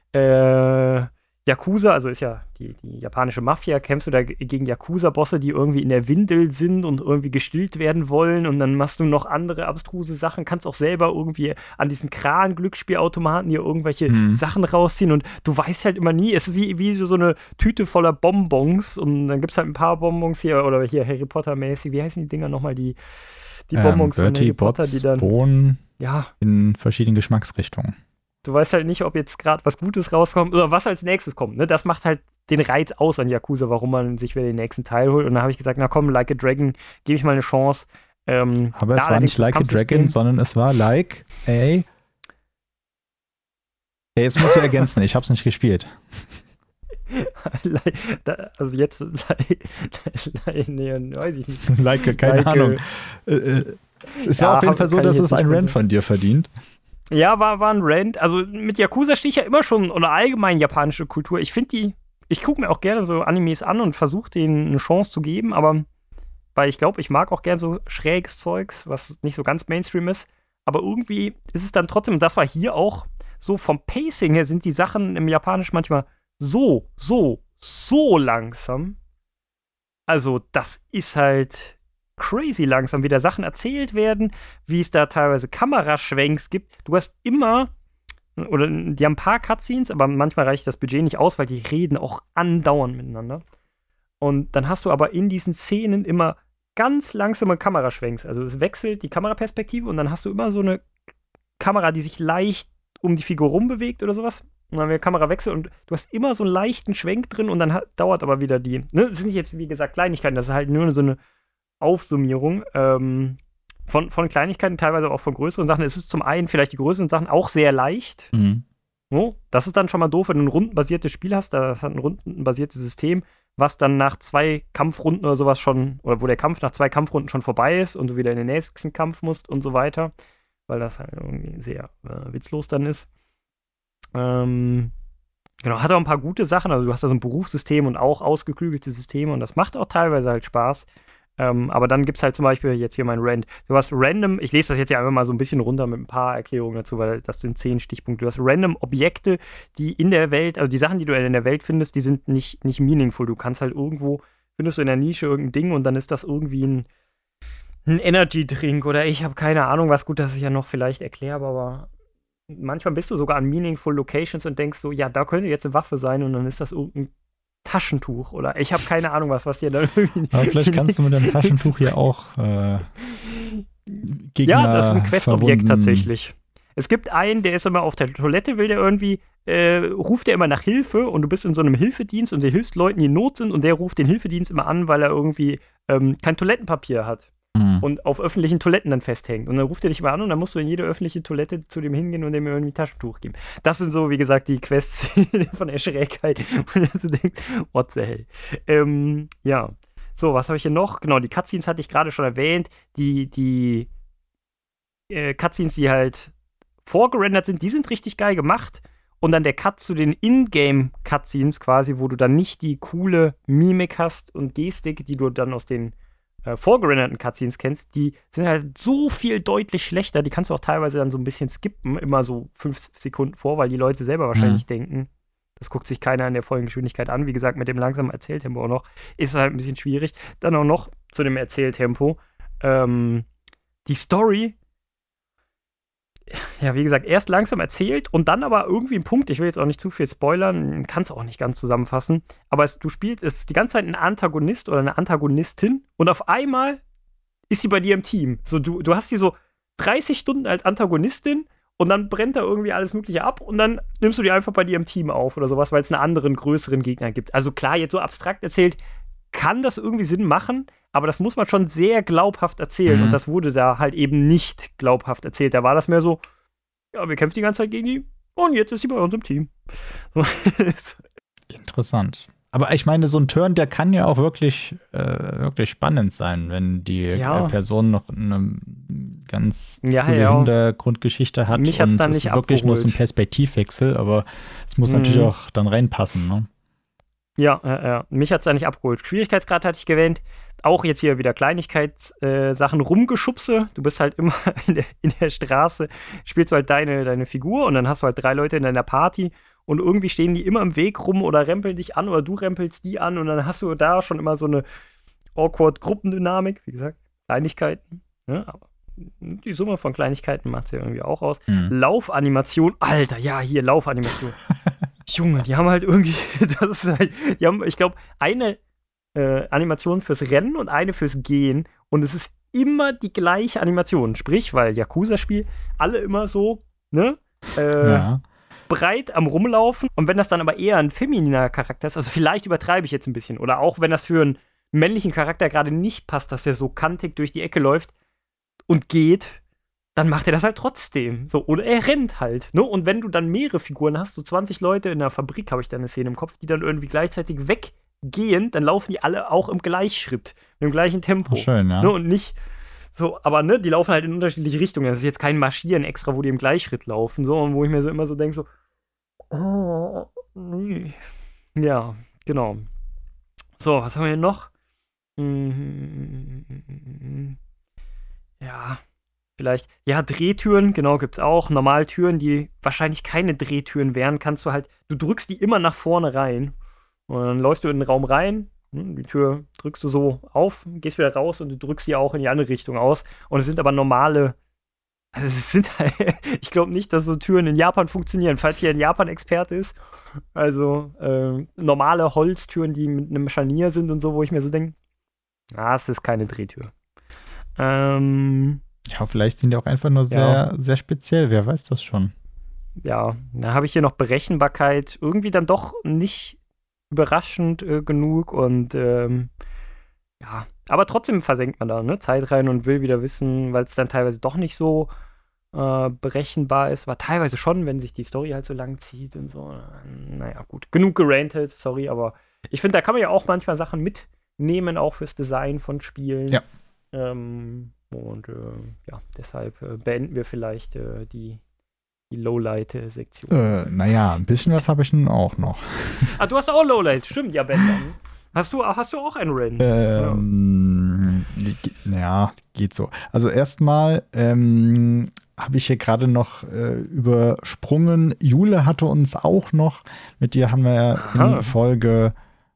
Yakuza, also ist ja die japanische Mafia, kämpfst du da gegen Yakuza-Bosse, die irgendwie in der Windel sind und irgendwie gestillt werden wollen und dann machst du noch andere abstruse Sachen, kannst auch selber irgendwie an diesen Kran-Glücksspielautomaten hier irgendwelche Sachen rausziehen und du weißt halt immer nie, es ist wie so eine Tüte voller Bonbons und dann gibt es halt ein paar Bonbons hier, oder hier Harry Potter-mäßig, wie heißen die Dinger nochmal, die Bonbons von Harry Potter, die dann Bohnen in verschiedenen Geschmacksrichtungen. Du weißt halt nicht, ob jetzt gerade was Gutes rauskommt oder was als nächstes kommt. Ne? Das macht halt den Reiz aus an Yakuza, warum man sich wieder den nächsten Teil holt. Und dann habe ich gesagt, na komm, Like a Dragon, gebe ich mal eine Chance. Aber es war nicht Like a Dragon, sondern es war Like a... Jetzt musst du ergänzen, ich habe es nicht gespielt. Also jetzt... nee, weiß ich nicht. Keine Ahnung. Es war auf jeden Fall so, dass es ein Rant von dir verdient. Ja, war ein Rant. Also mit Yakuza stehe ich ja immer schon, oder allgemein japanische Kultur. Ich gucke mir auch gerne so Animes an und versuche denen eine Chance zu geben, aber weil ich glaube, ich mag auch gerne so schräges Zeugs, was nicht so ganz Mainstream ist. Aber irgendwie ist es dann trotzdem, das war hier auch so vom Pacing her, sind die Sachen im Japanischen manchmal so langsam. Also das ist halt crazy langsam, wie da Sachen erzählt werden, wie es da teilweise Kameraschwenks gibt. Du hast immer, oder die haben ein paar Cutscenes, aber manchmal reicht das Budget nicht aus, weil die reden auch andauernd miteinander. Und dann hast du aber in diesen Szenen immer ganz langsame Kameraschwenks. Also es wechselt die Kameraperspektive und dann hast du immer so eine Kamera, die sich leicht um die Figur rumbewegt oder sowas. Und dann wird Kamera wechselt und du hast immer so einen leichten Schwenk drin und dann dauert aber wieder die, ne, das sind nicht jetzt, wie gesagt, Kleinigkeiten, das ist halt nur so eine Aufsummierung von Kleinigkeiten, teilweise auch von größeren Sachen. Es ist zum einen vielleicht die größeren Sachen auch sehr leicht. So, das ist dann schon mal doof, wenn du ein rundenbasiertes Spiel hast. Das hat ein rundenbasiertes System, was dann nach 2 Kampfrunden oder sowas schon, oder wo der Kampf nach 2 Kampfrunden schon vorbei ist und du wieder in den nächsten Kampf musst und so weiter, weil das halt irgendwie sehr witzlos dann ist. Genau, hat auch ein paar gute Sachen. Also du hast da so ein Berufssystem und auch ausgeklügelte Systeme und das macht auch teilweise halt Spaß. Aber dann gibt es halt zum Beispiel jetzt hier mein Rant. Du hast random, ich lese das jetzt ja einfach mal so ein bisschen runter mit ein paar Erklärungen dazu, weil das sind 10 Stichpunkte. Du hast random Objekte, die in der Welt, also die Sachen, die du in der Welt findest, die sind nicht meaningful. Du kannst halt irgendwo, findest du in der Nische irgendein Ding und dann ist das irgendwie ein Energy-Drink oder ich habe keine Ahnung, was gut, dass ich ja noch vielleicht erkläre, aber manchmal bist du sogar an meaningful Locations und denkst so, ja, da könnte jetzt eine Waffe sein und dann ist das irgendein Taschentuch oder ich habe keine Ahnung, was hier dann irgendwie. Aber vielleicht kannst du mit dem Taschentuch hier auch Gegner Ja, das ist ein Questobjekt tatsächlich. Es gibt einen, der ist immer auf der Toilette, will der irgendwie, ruft der immer nach Hilfe und du bist in so einem Hilfedienst und der hilft Leuten, die in Not sind und der ruft den Hilfedienst immer an, weil er irgendwie kein Toilettenpapier hat und auf öffentlichen Toiletten dann festhängt. Und dann ruft er dich mal an und dann musst du in jede öffentliche Toilette zu dem hingehen und dem irgendwie ein Taschentuch geben. Das sind so, wie gesagt, die Quests von der Schrägheit, wo du so denkst, what the hell. Ja. So, was habe ich hier noch? Genau, die Cutscenes hatte ich gerade schon erwähnt. Die Cutscenes, die halt vorgerendert sind, die sind richtig geil gemacht. Und dann der Cut zu den Ingame-Cutscenes quasi, wo du dann nicht die coole Mimik hast und Gestik, die du dann aus den vorgerenderten Cutscenes kennst, die sind halt so viel deutlich schlechter. Die kannst du auch teilweise dann so ein bisschen skippen, immer so 5 Sekunden vor, weil die Leute selber wahrscheinlich denken, das guckt sich keiner in der vollen Geschwindigkeit an. Wie gesagt, mit dem langsamen Erzähltempo auch noch, ist es halt ein bisschen schwierig. Dann auch noch zu dem Erzähltempo. Die Story, ja, wie gesagt, erst langsam erzählt und dann aber irgendwie ein Punkt, ich will jetzt auch nicht zu viel spoilern, kann es auch nicht ganz zusammenfassen, aber du spielst, es ist die ganze Zeit ein Antagonist oder eine Antagonistin und auf einmal ist sie bei dir im Team. So, du hast sie so 30 Stunden als Antagonistin und dann brennt da irgendwie alles Mögliche ab und dann nimmst du die einfach bei dir im Team auf oder sowas, weil es einen anderen, größeren Gegner gibt. Also klar, jetzt so abstrakt erzählt, kann das irgendwie Sinn machen, aber das muss man schon sehr glaubhaft erzählen und das wurde da halt eben nicht glaubhaft erzählt. Da war das mehr so, ja, wir kämpfen die ganze Zeit gegen die und jetzt ist sie bei uns im Team. So. Interessant. Aber ich meine, so ein Turn, der kann ja auch wirklich spannend sein, wenn die Person noch eine ganz coole Hintergrundgeschichte hat. Mich hat's dann nicht es wirklich nur so ein Perspektivwechsel, aber es muss natürlich auch dann reinpassen, ne? Ja. Mich hat es da nicht abgeholt. Schwierigkeitsgrad hatte ich erwähnt. Auch jetzt hier wieder Kleinigkeitssachen rumgeschubse. Du bist halt immer in der Straße, spielst du halt deine Figur und dann hast du halt 3 Leute in deiner Party und irgendwie stehen die immer im Weg rum oder rempeln dich an oder du rempelst die an und dann hast du da schon immer so eine awkward Gruppendynamik. Wie gesagt, Kleinigkeiten. Ja, aber die Summe von Kleinigkeiten macht es ja irgendwie auch aus. Laufanimation. Alter, ja, hier Laufanimation. Junge, die haben halt irgendwie, die haben, ich glaube, eine Animation fürs Rennen und eine fürs Gehen und es ist immer die gleiche Animation. Sprich, weil Yakuza-Spiel, alle immer so, ne? Breit am Rumlaufen und wenn das dann aber eher ein femininer Charakter ist, also vielleicht übertreibe ich jetzt ein bisschen oder auch wenn das für einen männlichen Charakter gerade nicht passt, dass der so kantig durch die Ecke läuft und geht, dann macht er das halt trotzdem. So, oder er rennt halt, ne? Und wenn du dann mehrere Figuren hast, so 20 Leute in der Fabrik, habe ich da eine Szene im Kopf, die dann irgendwie gleichzeitig weggehen, dann laufen die alle auch im Gleichschritt, im gleichen Tempo. Schön, ja. Ne? Und nicht so, aber ne, die laufen halt in unterschiedliche Richtungen. Das ist jetzt kein Marschieren extra, wo die im Gleichschritt laufen, so, und wo ich mir so immer so denke, so, oh, nee. Ja, genau. So, was haben wir hier noch? Ja, vielleicht, ja, Drehtüren, genau, gibt's auch. Normaltüren, die wahrscheinlich keine Drehtüren wären, kannst du halt, du drückst die immer nach vorne rein. Und dann läufst du in den Raum rein, die Tür drückst du so auf, gehst wieder raus und du drückst sie auch in die andere Richtung aus. Und es sind aber normale, also es sind halt, ich glaube nicht, dass so Türen in Japan funktionieren, falls hier ein Japan-Experte ist. Also normale Holztüren, die mit einem Scharnier sind und so, wo ich mir so denke, es ist keine Drehtür. Ja, vielleicht sind die auch einfach nur sehr, sehr speziell, wer weiß das schon. Ja, da habe ich hier noch Berechenbarkeit, irgendwie dann doch nicht überraschend genug und ja, aber trotzdem versenkt man da Zeit rein und will wieder wissen, weil es dann teilweise doch nicht so berechenbar ist, war teilweise schon, wenn sich die Story halt so lang zieht und so. Naja, gut, genug gerantet, sorry, aber ich finde, da kann man ja auch manchmal Sachen mitnehmen, auch fürs Design von Spielen. Ja. Deshalb beenden wir vielleicht die Lowlight-Sektion. Naja, ein bisschen was habe ich nun auch noch. Du hast auch Lowlight, stimmt, ja, Ben. Hast du auch ein Rennen? Ja, geht so. Also erstmal habe ich hier gerade noch übersprungen. Jule hatte uns auch noch, mit dir haben wir ja in Folge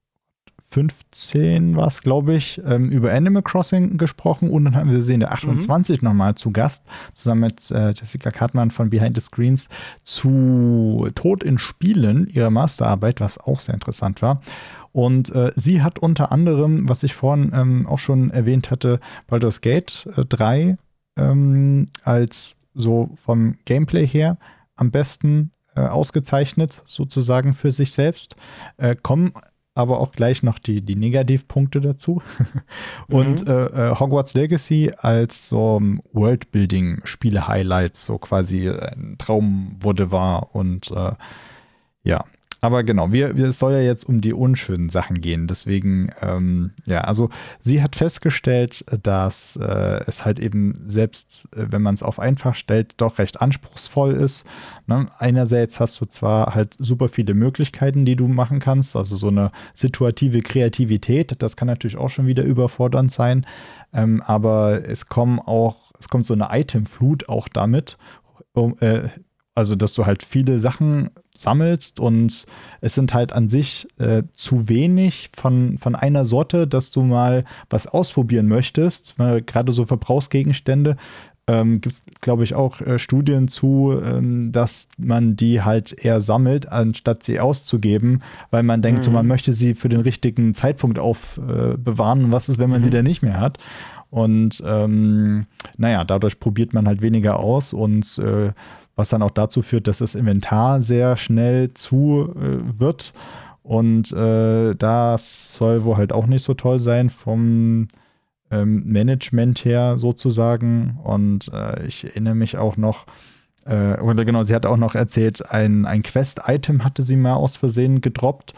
15 war es, glaube ich, über Animal Crossing gesprochen und dann haben wir sie in der 28 nochmal zu Gast, zusammen mit Jessica Kartmann von Behind the Screens zu Tod in Spielen, ihre Masterarbeit, was auch sehr interessant war. Und sie hat unter anderem, was ich vorhin auch schon erwähnt hatte, Baldur's Gate 3 als so vom Gameplay her am besten ausgezeichnet, sozusagen für sich selbst. Kommen aber auch gleich noch die Negativpunkte dazu. Und Hogwarts Legacy als so Worldbuilding-Spiele-Highlights, so quasi ein Traum war und ja. Aber genau, es soll ja jetzt um die unschönen Sachen gehen. Deswegen, also sie hat festgestellt, dass es halt eben selbst, wenn man es auf einfach stellt, doch recht anspruchsvoll ist. Ne? Einerseits hast du zwar halt super viele Möglichkeiten, die du machen kannst, also so eine situative Kreativität, das kann natürlich auch schon wieder überfordernd sein, aber es kommt so eine Itemflut auch damit, also, dass du halt viele Sachen sammelst und es sind halt an sich zu wenig von einer Sorte, dass du mal was ausprobieren möchtest. Gerade so Verbrauchsgegenstände gibt es, glaube ich, auch Studien zu, dass man die halt eher sammelt, anstatt sie auszugeben, weil man denkt, so, man möchte sie für den richtigen Zeitpunkt aufbewahren. Was ist, wenn man sie denn nicht mehr hat? Und dadurch probiert man halt weniger aus und was dann auch dazu führt, dass das Inventar sehr schnell zu wird. Und das soll wohl halt auch nicht so toll sein vom Management her sozusagen. Und ich erinnere mich auch noch, sie hat auch noch erzählt, ein Quest-Item hatte sie mal aus Versehen gedroppt.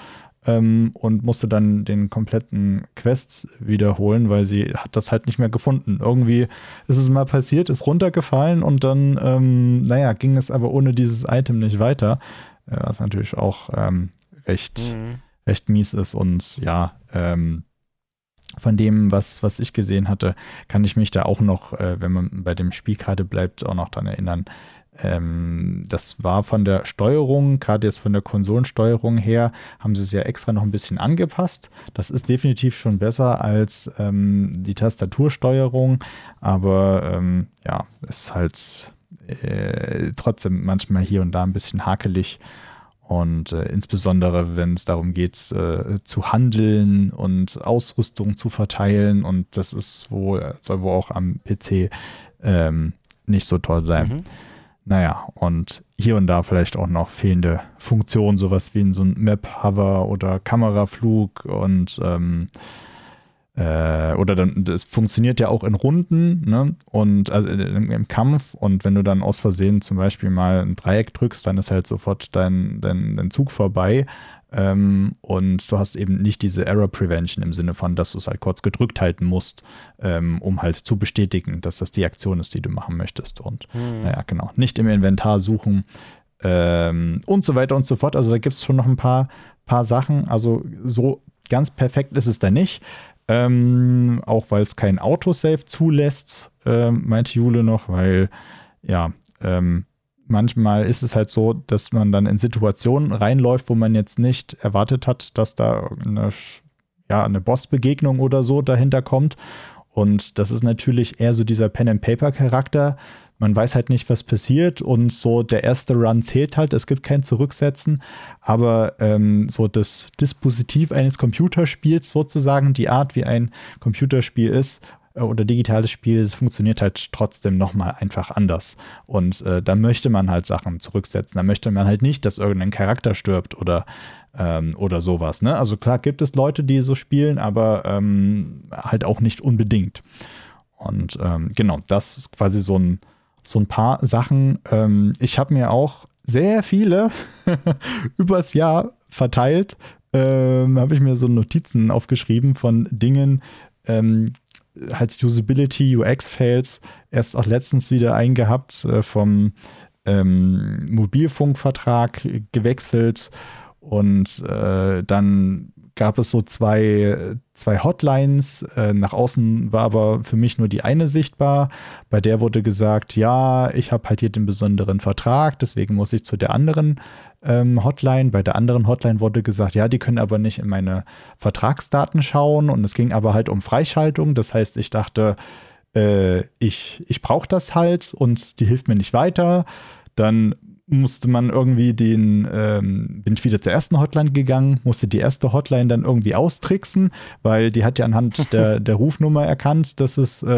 und musste dann den kompletten Quest wiederholen, weil sie hat das halt nicht mehr gefunden. Irgendwie ist es mal passiert, ist runtergefallen und dann, ging es aber ohne dieses Item nicht weiter, was natürlich auch recht mies ist und von dem, was ich gesehen hatte, kann ich mich da auch noch, wenn man bei dem Spiel gerade bleibt, auch noch dran erinnern. Das war von der Steuerung, gerade jetzt von der Konsolensteuerung her, haben sie es ja extra noch ein bisschen angepasst. Das ist definitiv schon besser als die Tastatursteuerung, aber ist halt trotzdem manchmal hier und da ein bisschen hakelig. Und insbesondere, wenn es darum geht, zu handeln und Ausrüstung zu verteilen. Und das ist soll wohl auch am PC nicht so toll sein. Naja, und hier und da vielleicht auch noch fehlende Funktionen, sowas wie in so ein Map-Hover oder Kameraflug und oder dann, das funktioniert ja auch in Runden, ne? Und also im Kampf, und wenn du dann aus Versehen zum Beispiel mal ein Dreieck drückst, dann ist halt sofort dein Zug vorbei, und du hast eben nicht diese Error Prevention im Sinne von, dass du es halt kurz gedrückt halten musst, um halt zu bestätigen, dass das die Aktion ist, die du machen möchtest. Und genau, nicht im Inventar suchen und so weiter und so fort. Also da gibt es schon noch ein paar Sachen. Also so ganz perfekt ist es da nicht. Auch weil es kein Autosave zulässt, meinte Jule noch, weil manchmal ist es halt so, dass man dann in Situationen reinläuft, wo man jetzt nicht erwartet hat, dass da eine Bossbegegnung oder so dahinter kommt. Und das ist natürlich eher so dieser Pen-and-Paper-Charakter. Man weiß halt nicht, was passiert, und so der erste Run zählt halt, es gibt kein Zurücksetzen, aber so das Dispositiv eines Computerspiels sozusagen, die Art, wie ein Computerspiel ist oder digitales Spiel, das funktioniert halt trotzdem nochmal einfach anders. Und da möchte man halt Sachen zurücksetzen, da möchte man halt nicht, dass irgendein Charakter stirbt oder sowas, ne? Also klar gibt es Leute, die so spielen, aber halt auch nicht unbedingt. Und genau, das ist quasi so ein paar Sachen. Ich habe mir auch sehr viele übers Jahr verteilt. Habe ich mir so Notizen aufgeschrieben von Dingen, halt Usability, UX-Fails. Erst auch letztens wieder einen gehabt, vom Mobilfunkvertrag gewechselt, und dann gab es so zwei Hotlines. Nach außen war aber für mich nur die eine sichtbar. Bei der wurde gesagt, ja, ich habe halt hier den besonderen Vertrag, deswegen muss ich zu der anderen Hotline. Bei der anderen Hotline wurde gesagt, ja, die können aber nicht in meine Vertragsdaten schauen. Und es ging aber halt um Freischaltung. Das heißt, ich dachte, ich brauche das halt und die hilft mir nicht weiter. Dann musste man irgendwie bin ich wieder zur ersten Hotline gegangen, musste die erste Hotline dann irgendwie austricksen, weil die hat ja anhand der Rufnummer erkannt, dass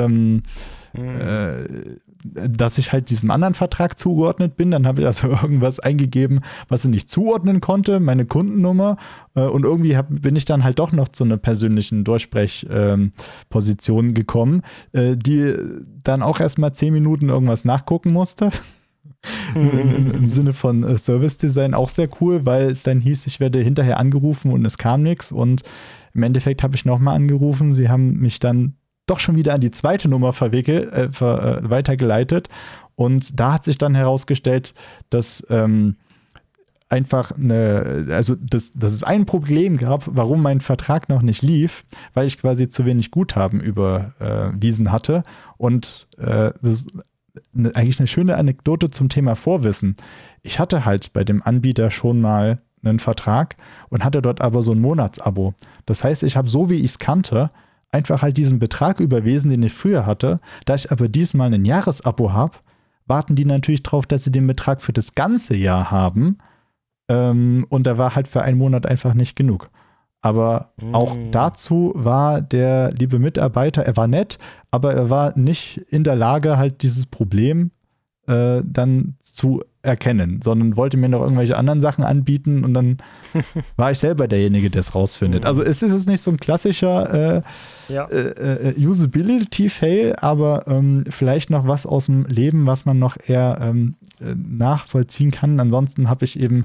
dass ich halt diesem anderen Vertrag zugeordnet bin. Dann habe ich also irgendwas eingegeben, was sie nicht zuordnen konnte, meine Kundennummer, und irgendwie bin ich dann halt doch noch zu einer persönlichen Durchsprechposition gekommen, die dann auch erstmal 10 Minuten irgendwas nachgucken musste. Im Sinne von Service Design auch sehr cool, weil es dann hieß, ich werde hinterher angerufen und es kam nichts, und im Endeffekt habe ich nochmal angerufen. Sie haben mich dann doch schon wieder an die zweite Nummer weitergeleitet, und da hat sich dann herausgestellt, dass dass es ein Problem gab, warum mein Vertrag noch nicht lief, weil ich quasi zu wenig Guthaben überwiesen hatte, und das eigentlich eine schöne Anekdote zum Thema Vorwissen. Ich hatte halt bei dem Anbieter schon mal einen Vertrag und hatte dort aber so ein Monatsabo. Das heißt, ich habe, so wie ich es kannte, einfach halt diesen Betrag überwiesen, den ich früher hatte. Da ich aber diesmal ein Jahresabo habe, warten die natürlich drauf, dass sie den Betrag für das ganze Jahr haben. Und da war halt für einen Monat einfach nicht genug. Aber auch dazu war der liebe Mitarbeiter, er war nett, aber er war nicht in der Lage, halt dieses Problem dann zu erkennen, sondern wollte mir noch irgendwelche anderen Sachen anbieten, und dann war ich selber derjenige, der es rausfindet. Also es ist nicht so ein klassischer Usability-Fail, aber vielleicht noch was aus dem Leben, was man noch eher nachvollziehen kann. Ansonsten habe ich eben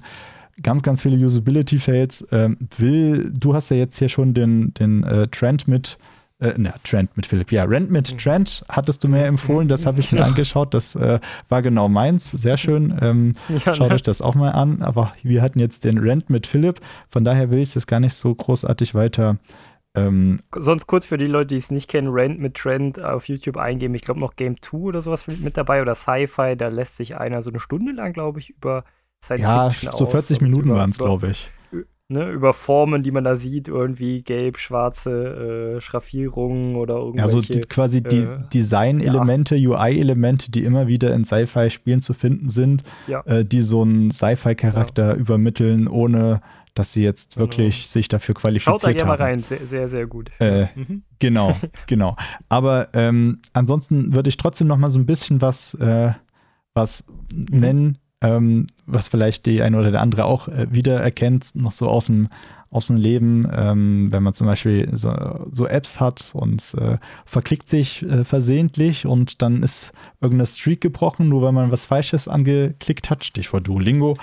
ganz, ganz viele Usability-Fails. Du hast ja jetzt hier schon den Trend mit Philipp. Ja, Rant mit Trend hattest du mir empfohlen. Das habe ich mir angeschaut. Das war genau meins. Sehr schön. Schaut euch das auch mal an. Aber wir hatten jetzt den Rant mit Philipp. Von daher will ich das gar nicht so großartig weiter. Sonst kurz für die Leute, die es nicht kennen, Rant mit Trend auf YouTube eingeben. Ich glaube noch Game 2 oder sowas mit dabei oder Sci-Fi. Da lässt sich einer so eine Stunde lang, glaube ich, über Science-Fiction so 40 Minuten waren es, glaube ich. Über Formen, die man da sieht, irgendwie gelb, schwarze Schraffierungen oder irgendwelche. Ja, so quasi die Design-Elemente, UI-Elemente, die immer wieder in Sci-Fi-Spielen zu finden sind, die so einen Sci-Fi-Charakter übermitteln, ohne dass sie jetzt wirklich sich dafür qualifiziert haben. Schaut da gerne mal rein, sehr, sehr, sehr gut. Genau. Aber ansonsten würde ich trotzdem noch mal so ein bisschen was nennen, was vielleicht die eine oder der andere auch wiedererkennt, noch so aus dem Leben, wenn man zum Beispiel so Apps hat und verklickt sich versehentlich und dann ist irgendeine Streak gebrochen, nur weil man was Falsches angeklickt hat, Stichwort Duolingo.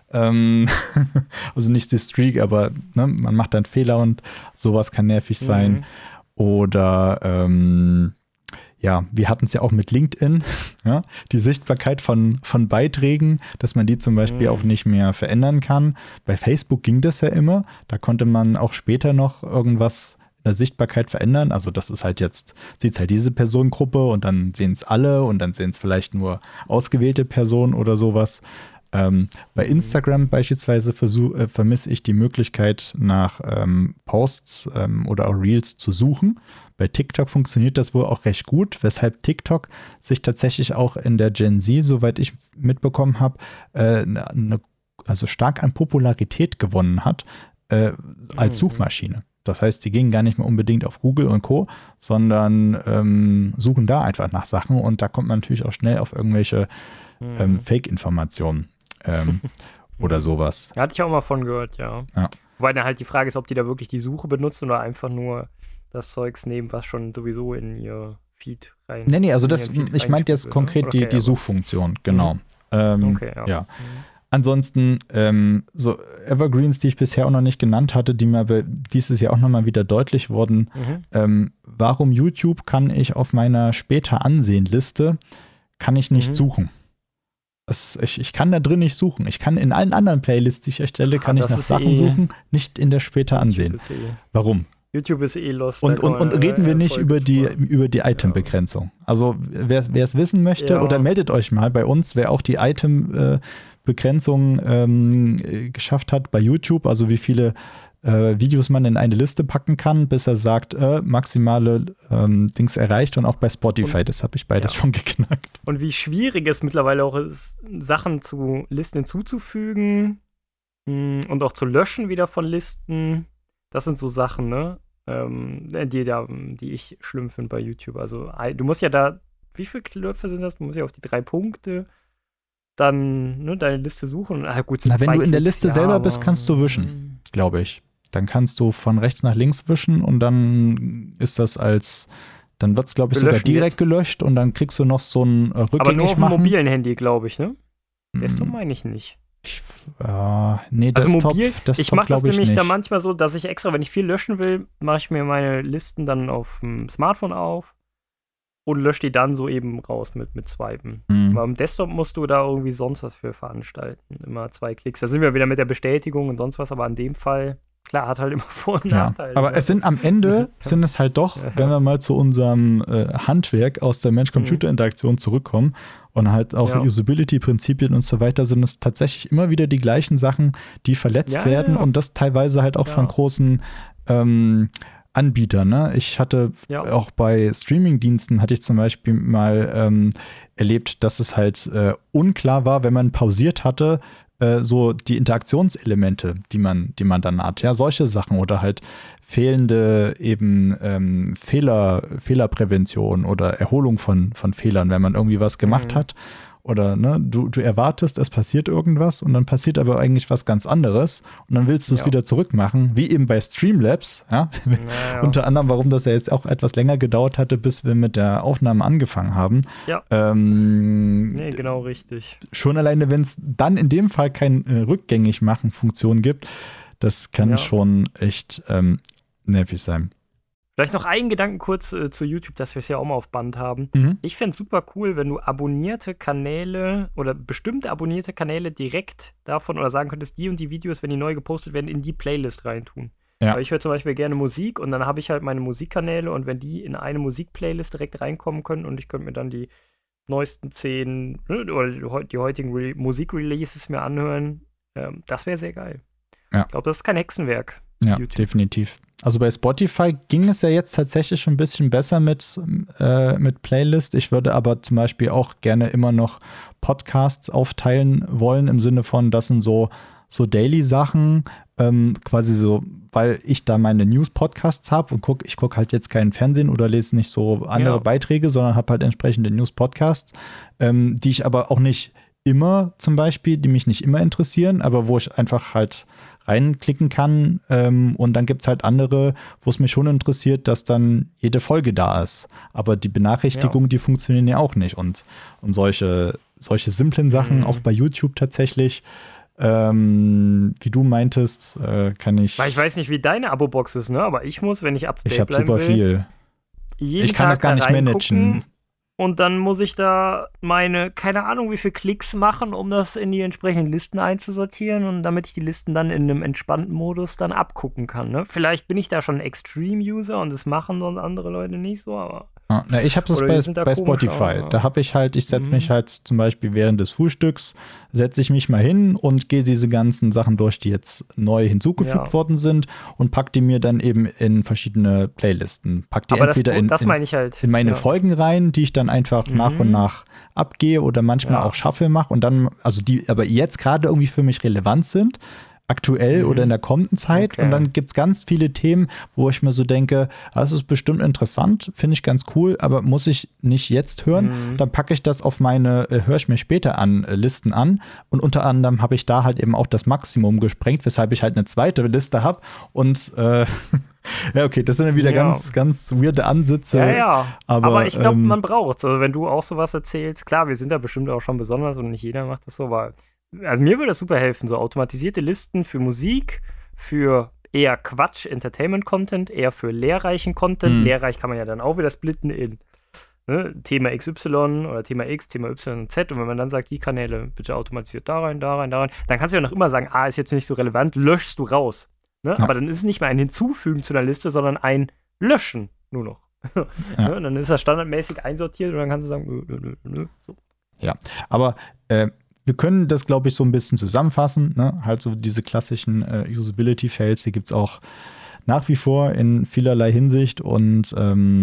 Also nicht die Streak, aber man macht dann Fehler und sowas kann nervig sein. Oder wir hatten es ja auch mit LinkedIn, die Sichtbarkeit von Beiträgen, dass man die zum Beispiel auch nicht mehr verändern kann. Bei Facebook ging das ja immer. Da konnte man auch später noch irgendwas in der Sichtbarkeit verändern. Also das ist halt jetzt, sieht es halt diese Personengruppe und dann sehen es alle und dann sehen es vielleicht nur ausgewählte Personen oder sowas. Bei Instagram beispielsweise vermisse ich die Möglichkeit, nach Posts oder auch Reels zu suchen. Bei TikTok funktioniert das wohl auch recht gut, weshalb TikTok sich tatsächlich auch in der Gen Z, soweit ich mitbekommen habe, also stark an Popularität gewonnen hat als Suchmaschine. Das heißt, die gingen gar nicht mehr unbedingt auf Google und Co., sondern suchen da einfach nach Sachen und da kommt man natürlich auch schnell auf irgendwelche Fake-Informationen. Oder sowas. Da hatte ich auch mal von gehört, ja. Wobei dann halt die Frage ist, ob die da wirklich die Suche benutzen oder einfach nur das Zeugs nehmen, was schon sowieso in ihr Feed rein. Nee, also ich meinte jetzt konkret die Suchfunktion, genau. Ja. Ansonsten, so Evergreens, die ich bisher auch noch nicht genannt hatte, die mir aber dieses Jahr auch nochmal wieder deutlich wurden. Warum YouTube kann ich auf meiner Später-Ansehen-Liste kann ich nicht suchen? Ich kann da drin nicht suchen. Ich kann in allen anderen Playlists, die ich erstelle, kann ich nach Sachen suchen, nicht in der später ansehen. Warum? YouTube ist lost. Und reden wir nicht über die Item-Begrenzung. Also wer es wissen möchte, oder meldet euch mal bei uns, wer auch die Item-Begrenzung geschafft hat bei YouTube, also wie viele Videos man in eine Liste packen kann, bis er sagt, maximale Dings erreicht, und auch bei Spotify, das habe ich beides schon geknackt. Und wie schwierig es mittlerweile auch ist, Sachen zu Listen hinzuzufügen und auch zu löschen wieder von Listen. Das sind so Sachen, ne? Die ich schlimm finde bei YouTube. Also du musst ja da, wie viele Knöpfe sind das? Du musst ja auf die 3 Punkte dann deine Liste suchen. Gut, wenn du in der Liste selber bist, kannst du wischen, glaube ich. Dann kannst du von rechts nach links wischen und dann ist das dann wird es, glaube ich, sogar direkt gelöscht und dann kriegst du noch so ein rückgängig Aber nur auf dem mobilen Handy, glaube ich, ne? Desktop meine ich nicht. Nee, Desktop, ich mache das nämlich dann manchmal so, dass ich extra, wenn ich viel löschen will, mache ich mir meine Listen dann auf dem Smartphone auf und lösche die dann so eben raus mit Swipen. Aber im Desktop musst du da irgendwie sonst was für veranstalten. Immer 2 Klicks. Da sind wir wieder mit der Bestätigung und sonst was, aber in dem Fall, klar, hat halt immer Vor- und Nachteile. Aber es sind am Ende, sind es halt doch, wenn wir mal zu unserem Handwerk aus der Mensch-Computer-Interaktion zurückkommen und halt auch Usability-Prinzipien und so weiter, sind es tatsächlich immer wieder die gleichen Sachen, die verletzt werden und das teilweise halt auch von großen Anbieter, ne? Ich hatte auch bei Streaming-Diensten hatte ich zum Beispiel mal erlebt, dass es halt unklar war, wenn man pausiert hatte, so die Interaktionselemente, die man dann hat, ja, solche Sachen oder halt fehlende eben Fehlerprävention oder Erholung von Fehlern, wenn man irgendwie was gemacht hat. Oder ne, du erwartest, es passiert irgendwas und dann passiert aber eigentlich was ganz anderes und dann willst du es wieder zurückmachen, wie eben bei Streamlabs. Unter anderem, warum das ja jetzt auch etwas länger gedauert hatte, bis wir mit der Aufnahme angefangen haben. genau richtig. Schon alleine, wenn es dann in dem Fall kein Rückgängig-Machen-Funktion gibt, das kann schon echt nervig sein. Vielleicht noch einen Gedanken kurz zu YouTube, dass wir es ja auch mal auf Band haben. Ich fände es super cool, wenn du abonnierte Kanäle oder bestimmte abonnierte Kanäle direkt davon oder sagen könntest, die und die Videos, wenn die neu gepostet werden, in die Playlist reintun. Ja. Weil ich höre zum Beispiel gerne Musik und dann habe ich halt meine Musikkanäle und wenn die in eine Musikplaylist direkt reinkommen können und ich könnte mir dann die neuesten 10 oder die heutigen Musikreleases mir anhören, das wäre sehr geil. Ja. Ich glaube, das ist kein Hexenwerk. Ja, YouTube. Definitiv. Also bei Spotify ging es ja jetzt tatsächlich schon ein bisschen besser mit Playlist. Ich würde aber zum Beispiel auch gerne immer noch Podcasts aufteilen wollen, im Sinne von, das sind so Daily-Sachen, quasi so, weil ich da meine News-Podcasts habe und ich gucke halt jetzt keinen Fernsehen oder lese nicht so andere Beiträge, sondern habe halt entsprechende News-Podcasts, die ich aber auch nicht immer zum Beispiel, die mich nicht immer interessieren, aber wo ich einfach halt reinklicken kann und dann gibt es halt andere, wo es mich schon interessiert, dass dann jede Folge da ist. Aber die Benachrichtigungen, die funktionieren ja auch nicht und solche simplen Sachen, auch bei YouTube tatsächlich, wie du meintest, kann ich. Weil ich weiß nicht, wie deine Abo-Box ist, ne? Aber ich muss, wenn ich up to date bleiben will, ich habe super viel. Ich kann das gar nicht managen. Und dann muss ich da meine, keine Ahnung, wie viele Klicks machen, um das in die entsprechenden Listen einzusortieren und damit ich die Listen dann in einem entspannten Modus dann abgucken kann. Ne? Vielleicht bin ich da schon ein Extreme-User und das machen sonst andere Leute nicht so, aber. Ich habe das bei Spotify. Da habe ich halt, ich setze mich halt zum Beispiel während des Frühstücks, setze ich mich mal hin und gehe diese ganzen Sachen durch, die jetzt neu hinzugefügt worden sind und packe die mir dann eben in verschiedene Playlisten. Pack die entweder in meine Folgen rein, die ich dann einfach nach und nach abgehe oder manchmal auch Shuffle mache und dann, also die aber jetzt gerade irgendwie für mich relevant sind, aktuell oder in der kommenden Zeit. Okay. Und dann gibt es ganz viele Themen, wo ich mir so denke, das ist bestimmt interessant, finde ich ganz cool, aber muss ich nicht jetzt hören. Dann packe ich das auf meine, höre ich mir später an, Listen an. Und unter anderem habe ich da halt eben auch das Maximum gesprengt, weshalb ich halt eine zweite Liste habe. Und ja, okay, das sind dann wieder ganz, ganz weirde Ansätze. Ja. Aber ich glaube, man braucht es. Also wenn du auch sowas erzählst, klar, wir sind da bestimmt auch schon besonders und nicht jeder macht das so, weil also mir würde das super helfen, so automatisierte Listen für Musik, für eher Quatsch-Entertainment-Content, eher für lehrreichen Content. Lehrreich kann man ja dann auch wieder splitten in Thema XY oder Thema X, Thema Y und Z. Und wenn man dann sagt, die Kanäle bitte automatisiert da rein, dann kannst du ja noch immer sagen, ist jetzt nicht so relevant, löschst du raus. Ne? Ja. Aber dann ist es nicht mehr ein Hinzufügen zu einer Liste, sondern ein Löschen nur noch. Ja. Dann ist das standardmäßig einsortiert und dann kannst du sagen, nö. So. Ja, aber wir können das, glaube ich, so ein bisschen zusammenfassen. Ne? Halt so diese klassischen Usability-Fails, die gibt es auch nach wie vor in vielerlei Hinsicht und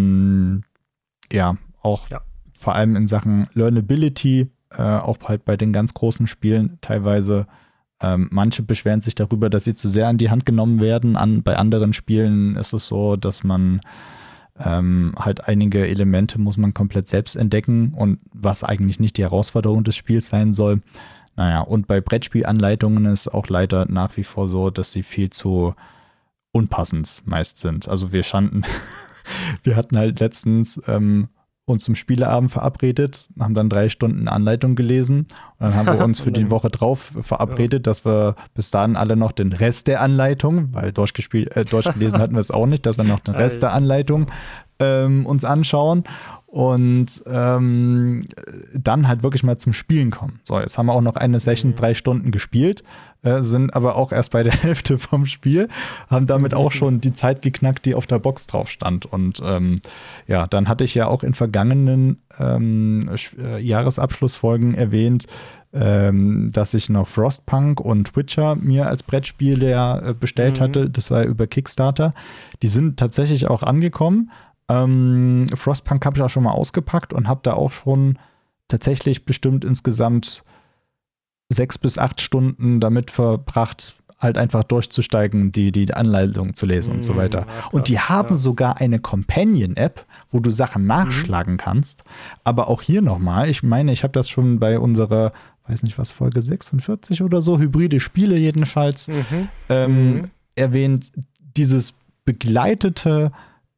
auch vor allem in Sachen Learnability, auch halt bei den ganz großen Spielen teilweise. Manche beschweren sich darüber, dass sie zu sehr an die Hand genommen werden. Bei anderen Spielen ist es so, dass man halt einige Elemente muss man komplett selbst entdecken und was eigentlich nicht die Herausforderung des Spiels sein soll. Naja, und bei Brettspielanleitungen ist auch leider nach wie vor so, dass sie viel zu unpassend meist sind. Also wir hatten halt letztens uns zum Spieleabend verabredet, haben dann 3 Stunden Anleitung gelesen und dann haben wir uns für die Woche drauf verabredet, dass wir bis dahin alle noch den Rest der Anleitung, weil durchgelesen hatten wir es auch nicht, dass wir noch den Rest der Anleitung uns anschauen und dann halt wirklich mal zum Spielen kommen. So, jetzt haben wir auch noch eine Session 3 Stunden gespielt, sind aber auch erst bei der Hälfte vom Spiel, haben damit auch schon die Zeit geknackt, die auf der Box drauf stand. Und dann hatte ich ja auch in vergangenen Jahresabschlussfolgen erwähnt, dass ich noch Frostpunk und Witcher mir als Brettspiele bestellt hatte. Das war über Kickstarter. Die sind tatsächlich auch angekommen. Frostpunk habe ich auch schon mal ausgepackt und habe da auch schon tatsächlich bestimmt insgesamt 6 bis 8 Stunden damit verbracht, halt einfach durchzusteigen, die Anleitung zu lesen und so weiter. Ja, krass, und die haben sogar eine Companion-App, wo du Sachen nachschlagen kannst. Aber auch hier nochmal, ich meine, ich habe das schon bei unserer, weiß nicht was, Folge 46 oder so, hybride Spiele jedenfalls, erwähnt, dieses begleitete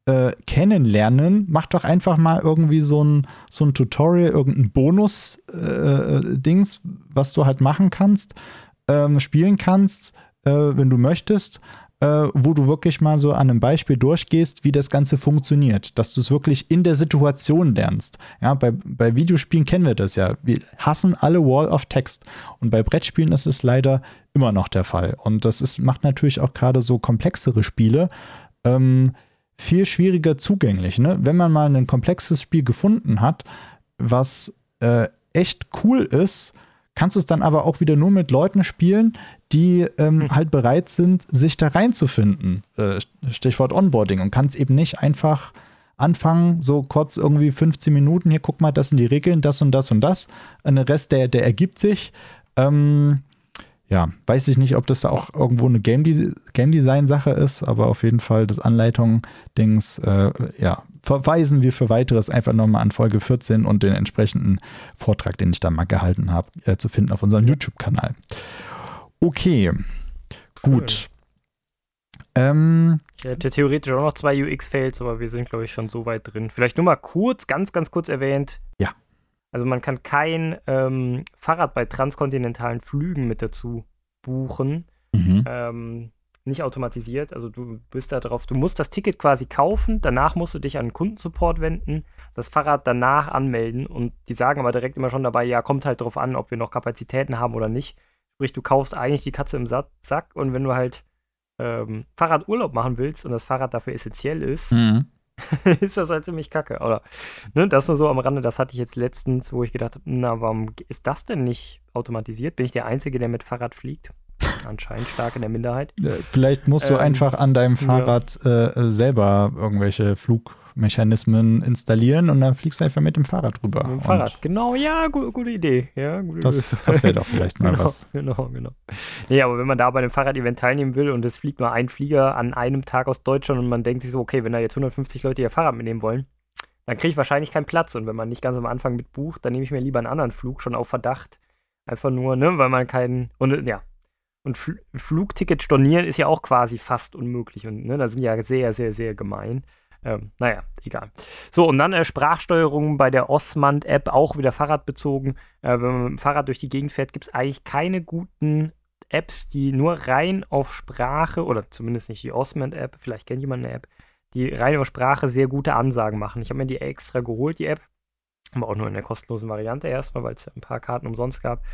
kennenlernen, mach doch einfach mal irgendwie so ein Tutorial, irgendein Bonus-Dings, was du halt machen kannst, spielen kannst, wenn du möchtest, wo du wirklich mal so an einem Beispiel durchgehst, wie das Ganze funktioniert, dass du es wirklich in der Situation lernst. Ja, bei Videospielen kennen wir das ja. Wir hassen alle Wall of Text. Und bei Brettspielen ist es leider immer noch der Fall. Und das macht natürlich auch gerade so komplexere Spiele viel schwieriger zugänglich. Ne? Wenn man mal ein komplexes Spiel gefunden hat, was echt cool ist, kannst du es dann aber auch wieder nur mit Leuten spielen, die halt bereit sind, sich da reinzufinden. Stichwort Onboarding. Und kannst eben nicht einfach anfangen, so kurz irgendwie 15 Minuten, hier guck mal, das sind die Regeln, das und das und das. Und der Rest, der ergibt sich. Ja, weiß ich nicht, ob das auch irgendwo eine Game Design-Sache ist, aber auf jeden Fall das Anleitung-Dings, verweisen wir für weiteres einfach nochmal an Folge 14 und den entsprechenden Vortrag, den ich da mal gehalten habe, zu finden auf unserem YouTube-Kanal. Okay, gut. Ich hätte theoretisch auch noch 2 UX-Fails, aber wir sind, glaube ich, schon so weit drin. Vielleicht nur mal kurz, ganz kurz erwähnt. Ja. Also man kann kein Fahrrad bei transkontinentalen Flügen mit dazu buchen. Nicht automatisiert. Also du bist da drauf, du musst das Ticket quasi kaufen, danach musst du dich an den Kundensupport wenden, das Fahrrad danach anmelden und die sagen aber direkt immer schon dabei, ja, kommt halt drauf an, ob wir noch Kapazitäten haben oder nicht. Sprich, du kaufst eigentlich die Katze im Sack und wenn du halt Fahrradurlaub machen willst und das Fahrrad dafür essentiell ist, ist das halt ziemlich kacke. Oder, ne, das nur so am Rande, das hatte ich jetzt letztens, wo ich gedacht habe, na, warum ist das denn nicht automatisiert? Bin ich der Einzige, der mit Fahrrad fliegt? Anscheinend stark in der Minderheit. Vielleicht musst du einfach an deinem Fahrrad selber irgendwelche Flugmechanismen installieren und dann fliegst du einfach mit dem Fahrrad rüber. Mit dem Fahrrad, genau, ja, gute Idee. Ja, das wäre doch vielleicht mal was. Genau. Nee, aber wenn man da bei einem Fahrrad-Event teilnehmen will und es fliegt nur ein Flieger an einem Tag aus Deutschland und man denkt sich so, okay, wenn da jetzt 150 Leute ihr Fahrrad mitnehmen wollen, dann kriege ich wahrscheinlich keinen Platz. Und wenn man nicht ganz am Anfang mit bucht, dann nehme ich mir lieber einen anderen Flug, schon auf Verdacht. Einfach nur, ne, weil man keinen, und Flugticket stornieren ist ja auch quasi fast unmöglich. Und ne, da sind ja sehr, sehr, sehr gemein. Naja, egal. So, und dann Sprachsteuerung bei der Osmand-App, auch wieder fahrradbezogen. Wenn man mit dem Fahrrad durch die Gegend fährt, gibt es eigentlich keine guten Apps, die nur rein auf Sprache, oder zumindest nicht die Osmand-App, vielleicht kennt jemand eine App, die rein auf Sprache sehr gute Ansagen machen. Ich habe mir die extra geholt, die App. Aber auch nur in der kostenlosen Variante erstmal, weil es ja ein paar Karten umsonst gab.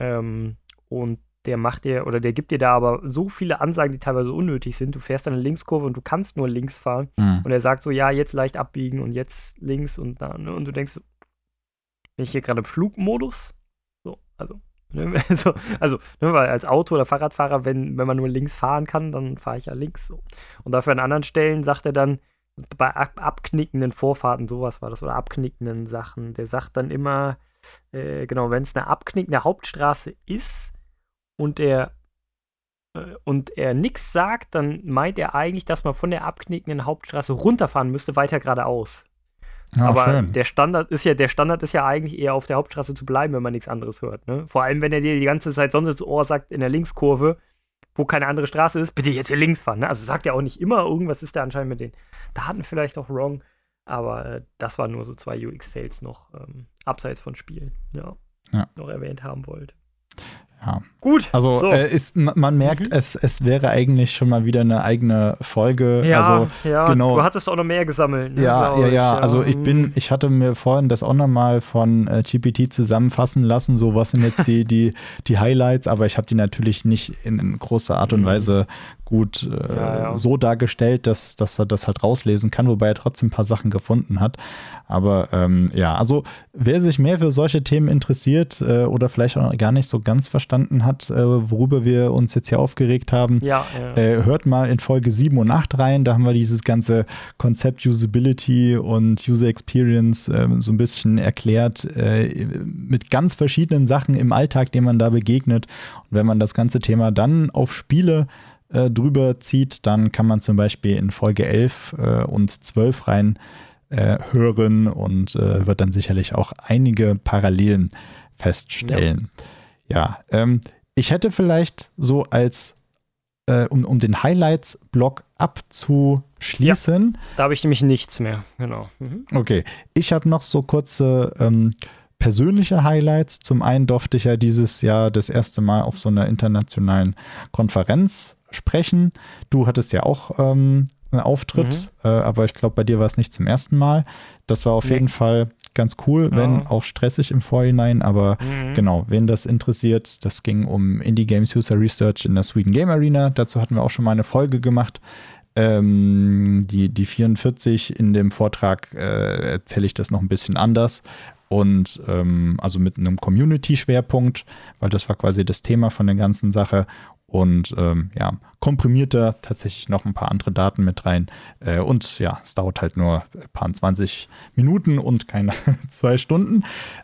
Und der gibt dir da aber so viele Ansagen, die teilweise unnötig sind. Du fährst dann eine Linkskurve und du kannst nur links fahren. Und er sagt so, ja, jetzt leicht abbiegen und jetzt links und da. Ne? Und du denkst, bin ich hier gerade im Flugmodus? So, weil als Auto- oder Fahrradfahrer, wenn man nur links fahren kann, dann fahre ich ja links. So. Und dafür an anderen Stellen sagt er dann, bei abknickenden Vorfahrten, sowas war das, oder abknickenden Sachen, der sagt dann immer, wenn es eine abknickende Hauptstraße ist, und er nichts sagt, dann meint er eigentlich, dass man von der abknickenden Hauptstraße runterfahren müsste, weiter geradeaus. Aber schön. Der Standard ist ja eigentlich eher auf der Hauptstraße zu bleiben, wenn man nichts anderes hört. Ne? Vor allem, wenn er dir die ganze Zeit sonst ins Ohr sagt, in der Linkskurve, wo keine andere Straße ist, bitte jetzt hier links fahren. Ne? Also sagt er auch nicht immer, irgendwas ist da anscheinend mit den Daten vielleicht auch wrong. Aber das waren nur so 2 UX-Fails noch abseits von Spielen, noch erwähnt haben wollte. Ja. Gut. Also so. Man merkt, es wäre eigentlich schon mal wieder eine eigene Folge. Ja, genau. Du hattest auch noch mehr gesammelt. Ne, ja. Also ich hatte mir vorhin das auch nochmal von GPT zusammenfassen lassen, so was sind jetzt die Highlights, aber ich habe die natürlich nicht in großer Art und Weise gut so dargestellt, dass er das halt rauslesen kann, wobei er trotzdem ein paar Sachen gefunden hat. Aber also wer sich mehr für solche Themen interessiert oder vielleicht auch gar nicht so ganz verstanden hat, worüber wir uns jetzt hier aufgeregt haben, hört mal in Folge 7 und 8 rein. Da haben wir dieses ganze Konzept Usability und User Experience so ein bisschen erklärt mit ganz verschiedenen Sachen im Alltag, denen man da begegnet. Und wenn man das ganze Thema dann auf Spiele drüber zieht, dann kann man zum Beispiel in Folge 11 und 12 rein hören und wird dann sicherlich auch einige Parallelen feststellen. Ja, ich hätte vielleicht so als, um den Highlights-Block schließen. Ja, da habe ich nämlich nichts mehr, genau. Okay, ich habe noch so kurze persönliche Highlights. Zum einen durfte ich ja dieses Jahr das erste Mal auf so einer internationalen Konferenz sprechen. Du hattest ja auch einen Auftritt, aber ich glaube, bei dir war es nicht zum ersten Mal. Das war auf jeden Fall ganz cool, wenn auch stressig im Vorhinein, aber genau, wen das interessiert, das ging um Indie Games User Research in der Sweden Game Arena. Dazu hatten wir auch schon mal eine Folge gemacht. Die 44 in dem Vortrag erzähle ich das noch ein bisschen anders und also mit einem Community-Schwerpunkt, weil das war quasi das Thema von der ganzen Sache und komprimierter tatsächlich noch ein paar andere Daten mit rein und ja, es dauert halt nur ein paar 20 Minuten und keine 2 Stunden.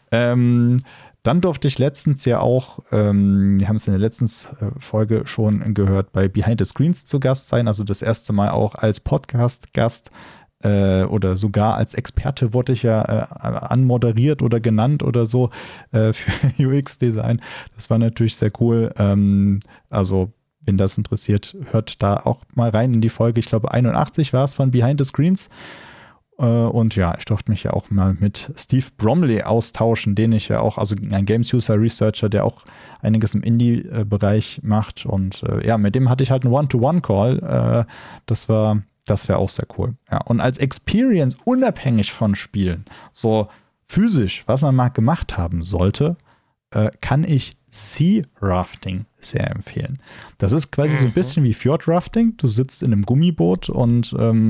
Dann durfte ich letztens ja auch, wir haben es in der letzten Folge schon gehört, bei Behind the Screens zu Gast sein. Also das erste Mal auch als Podcast-Gast oder sogar als Experte wurde ich ja anmoderiert oder genannt oder so für UX-Design. Das war natürlich sehr cool. Also wenn das interessiert, hört da auch mal rein in die Folge. Ich glaube 81 war es von Behind the Screens. Und ja, ich durfte mich ja auch mal mit Steve Bromley austauschen, den ich ja auch, also ein Games User Researcher, der auch einiges im Indie-Bereich macht. Und ja, mit dem hatte ich halt einen One-to-One-Call. Das wäre auch sehr cool. Ja, und als Experience unabhängig von Spielen, so physisch, was man mal gemacht haben sollte, kann ich Sea Rafting sehr empfehlen. Das ist quasi so ein bisschen wie Fjord Rafting. Du sitzt in einem Gummiboot und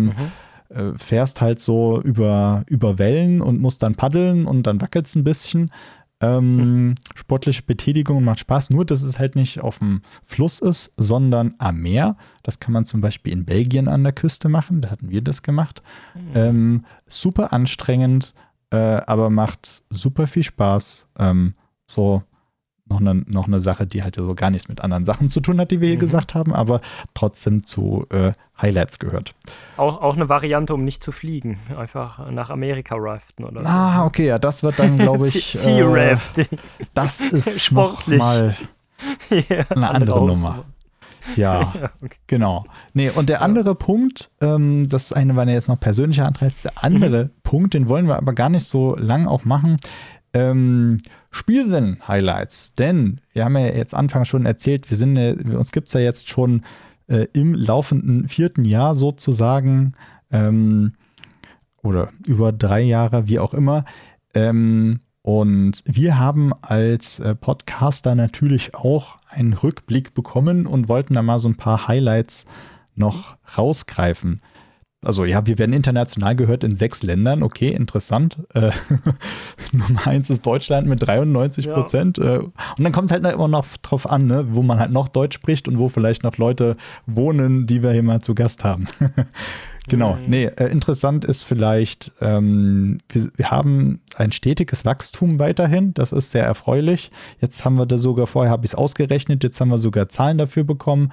fährst halt so über Wellen und musst dann paddeln und dann wackelt es ein bisschen. Sportliche Betätigung macht Spaß, nur dass es halt nicht auf dem Fluss ist, sondern am Meer. Das kann man zum Beispiel in Belgien an der Küste machen, da hatten wir das gemacht. Super anstrengend, aber macht super viel Spaß. So noch eine Sache, die halt so gar nichts mit anderen Sachen zu tun hat, die wir hier gesagt haben, aber trotzdem zu Highlights gehört. Auch eine Variante, um nicht zu fliegen. Einfach nach Amerika raften oder so. Okay, ja, das wird dann, glaube ich, Sea Rafting. Das ist noch mal eine andere Nummer. Ja, okay. Genau. Nee, und der andere Punkt, das eine war ja jetzt noch persönlicher Anreiz, der andere Punkt, den wollen wir aber gar nicht so lang auch machen, Spielsinn-Highlights, denn wir haben ja jetzt Anfang schon erzählt, uns gibt es ja jetzt schon im laufenden 4. Jahr sozusagen oder über 3 Jahre, wie auch immer. Und wir haben als Podcaster natürlich auch einen Rückblick bekommen und wollten da mal so ein paar Highlights noch rausgreifen. Also ja, wir werden international gehört in 6 Ländern. Okay, interessant. Nummer 1 ist Deutschland mit 93%. Ja. Und dann kommt es halt immer noch drauf an, ne, wo man halt noch Deutsch spricht und wo vielleicht noch Leute wohnen, die wir hier mal zu Gast haben. Genau. Nee, interessant ist vielleicht, wir haben ein stetiges Wachstum weiterhin. Das ist sehr erfreulich. Jetzt haben wir da sogar, vorher habe ich es ausgerechnet, jetzt haben wir sogar Zahlen dafür bekommen.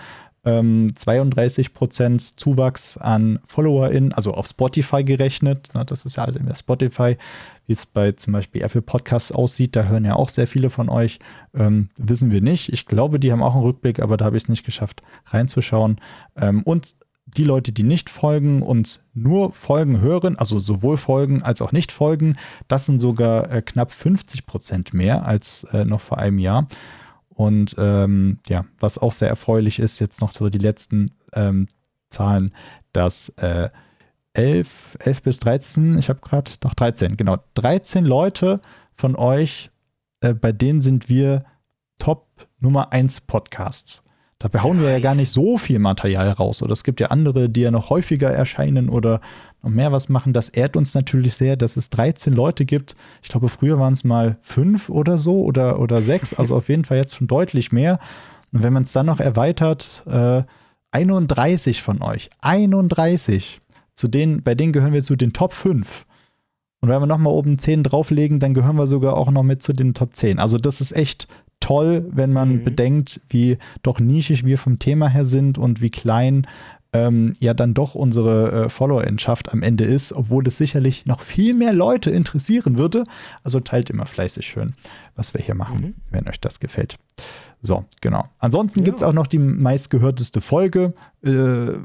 32% Zuwachs an FollowerInnen, also auf Spotify gerechnet. Na, das ist ja halt immer Spotify, wie es bei zum Beispiel Apple Podcasts aussieht. Da hören ja auch sehr viele von euch. Wissen wir nicht. Ich glaube, die haben auch einen Rückblick, aber da habe ich es nicht geschafft, reinzuschauen. Und die Leute, die nicht folgen und nur Folgen hören, also sowohl Folgen als auch nicht folgen, das sind sogar knapp 50% mehr als noch vor einem Jahr. Und ja, was auch sehr erfreulich ist, jetzt noch so die letzten Zahlen, dass 11 bis 13, ich habe gerade noch 13, genau, 13 Leute von euch, bei denen sind wir Top Nummer 1 Podcasts. Da behauen wir ja gar nicht so viel Material raus. Oder es gibt ja andere, die ja noch häufiger erscheinen oder noch mehr was machen. Das ehrt uns natürlich sehr, dass es 13 Leute gibt. Ich glaube, früher waren es mal 5 oder so oder 6. Also auf jeden Fall jetzt schon deutlich mehr. Und wenn man es dann noch erweitert, 31 von euch. 31. Bei denen gehören wir zu den Top 5. Und wenn wir nochmal oben 10 drauflegen, dann gehören wir sogar auch noch mit zu den Top 10. Also das ist echt toll, wenn man bedenkt, wie doch nischig wir vom Thema her sind und wie klein ja dann doch unsere Followerinschaft am Ende ist, obwohl es sicherlich noch viel mehr Leute interessieren würde. Also teilt immer fleißig schön, was wir hier machen, wenn euch das gefällt. So, genau. Ansonsten gibt es auch noch die meistgehörteste Folge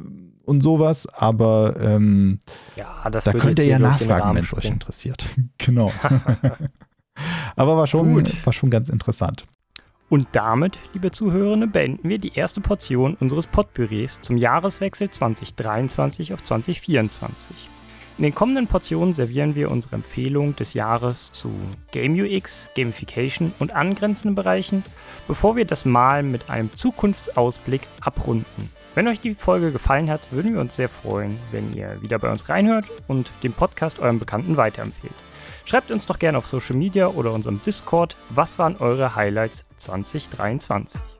und sowas, aber da könnt ihr ja nachfragen, wenn es euch interessiert. Genau. Aber war schon ganz interessant. Und damit, liebe Zuhörerinnen, beenden wir die erste Portion unseres Potpourris zum Jahreswechsel 2023 auf 2024. In den kommenden Portionen servieren wir unsere Empfehlungen des Jahres zu Game UX, Gamification und angrenzenden Bereichen, bevor wir das Mal mit einem Zukunftsausblick abrunden. Wenn euch die Folge gefallen hat, würden wir uns sehr freuen, wenn ihr wieder bei uns reinhört und den Podcast euren Bekannten weiterempfehlt. Schreibt uns doch gerne auf Social Media oder unserem Discord, was waren eure Highlights 2023?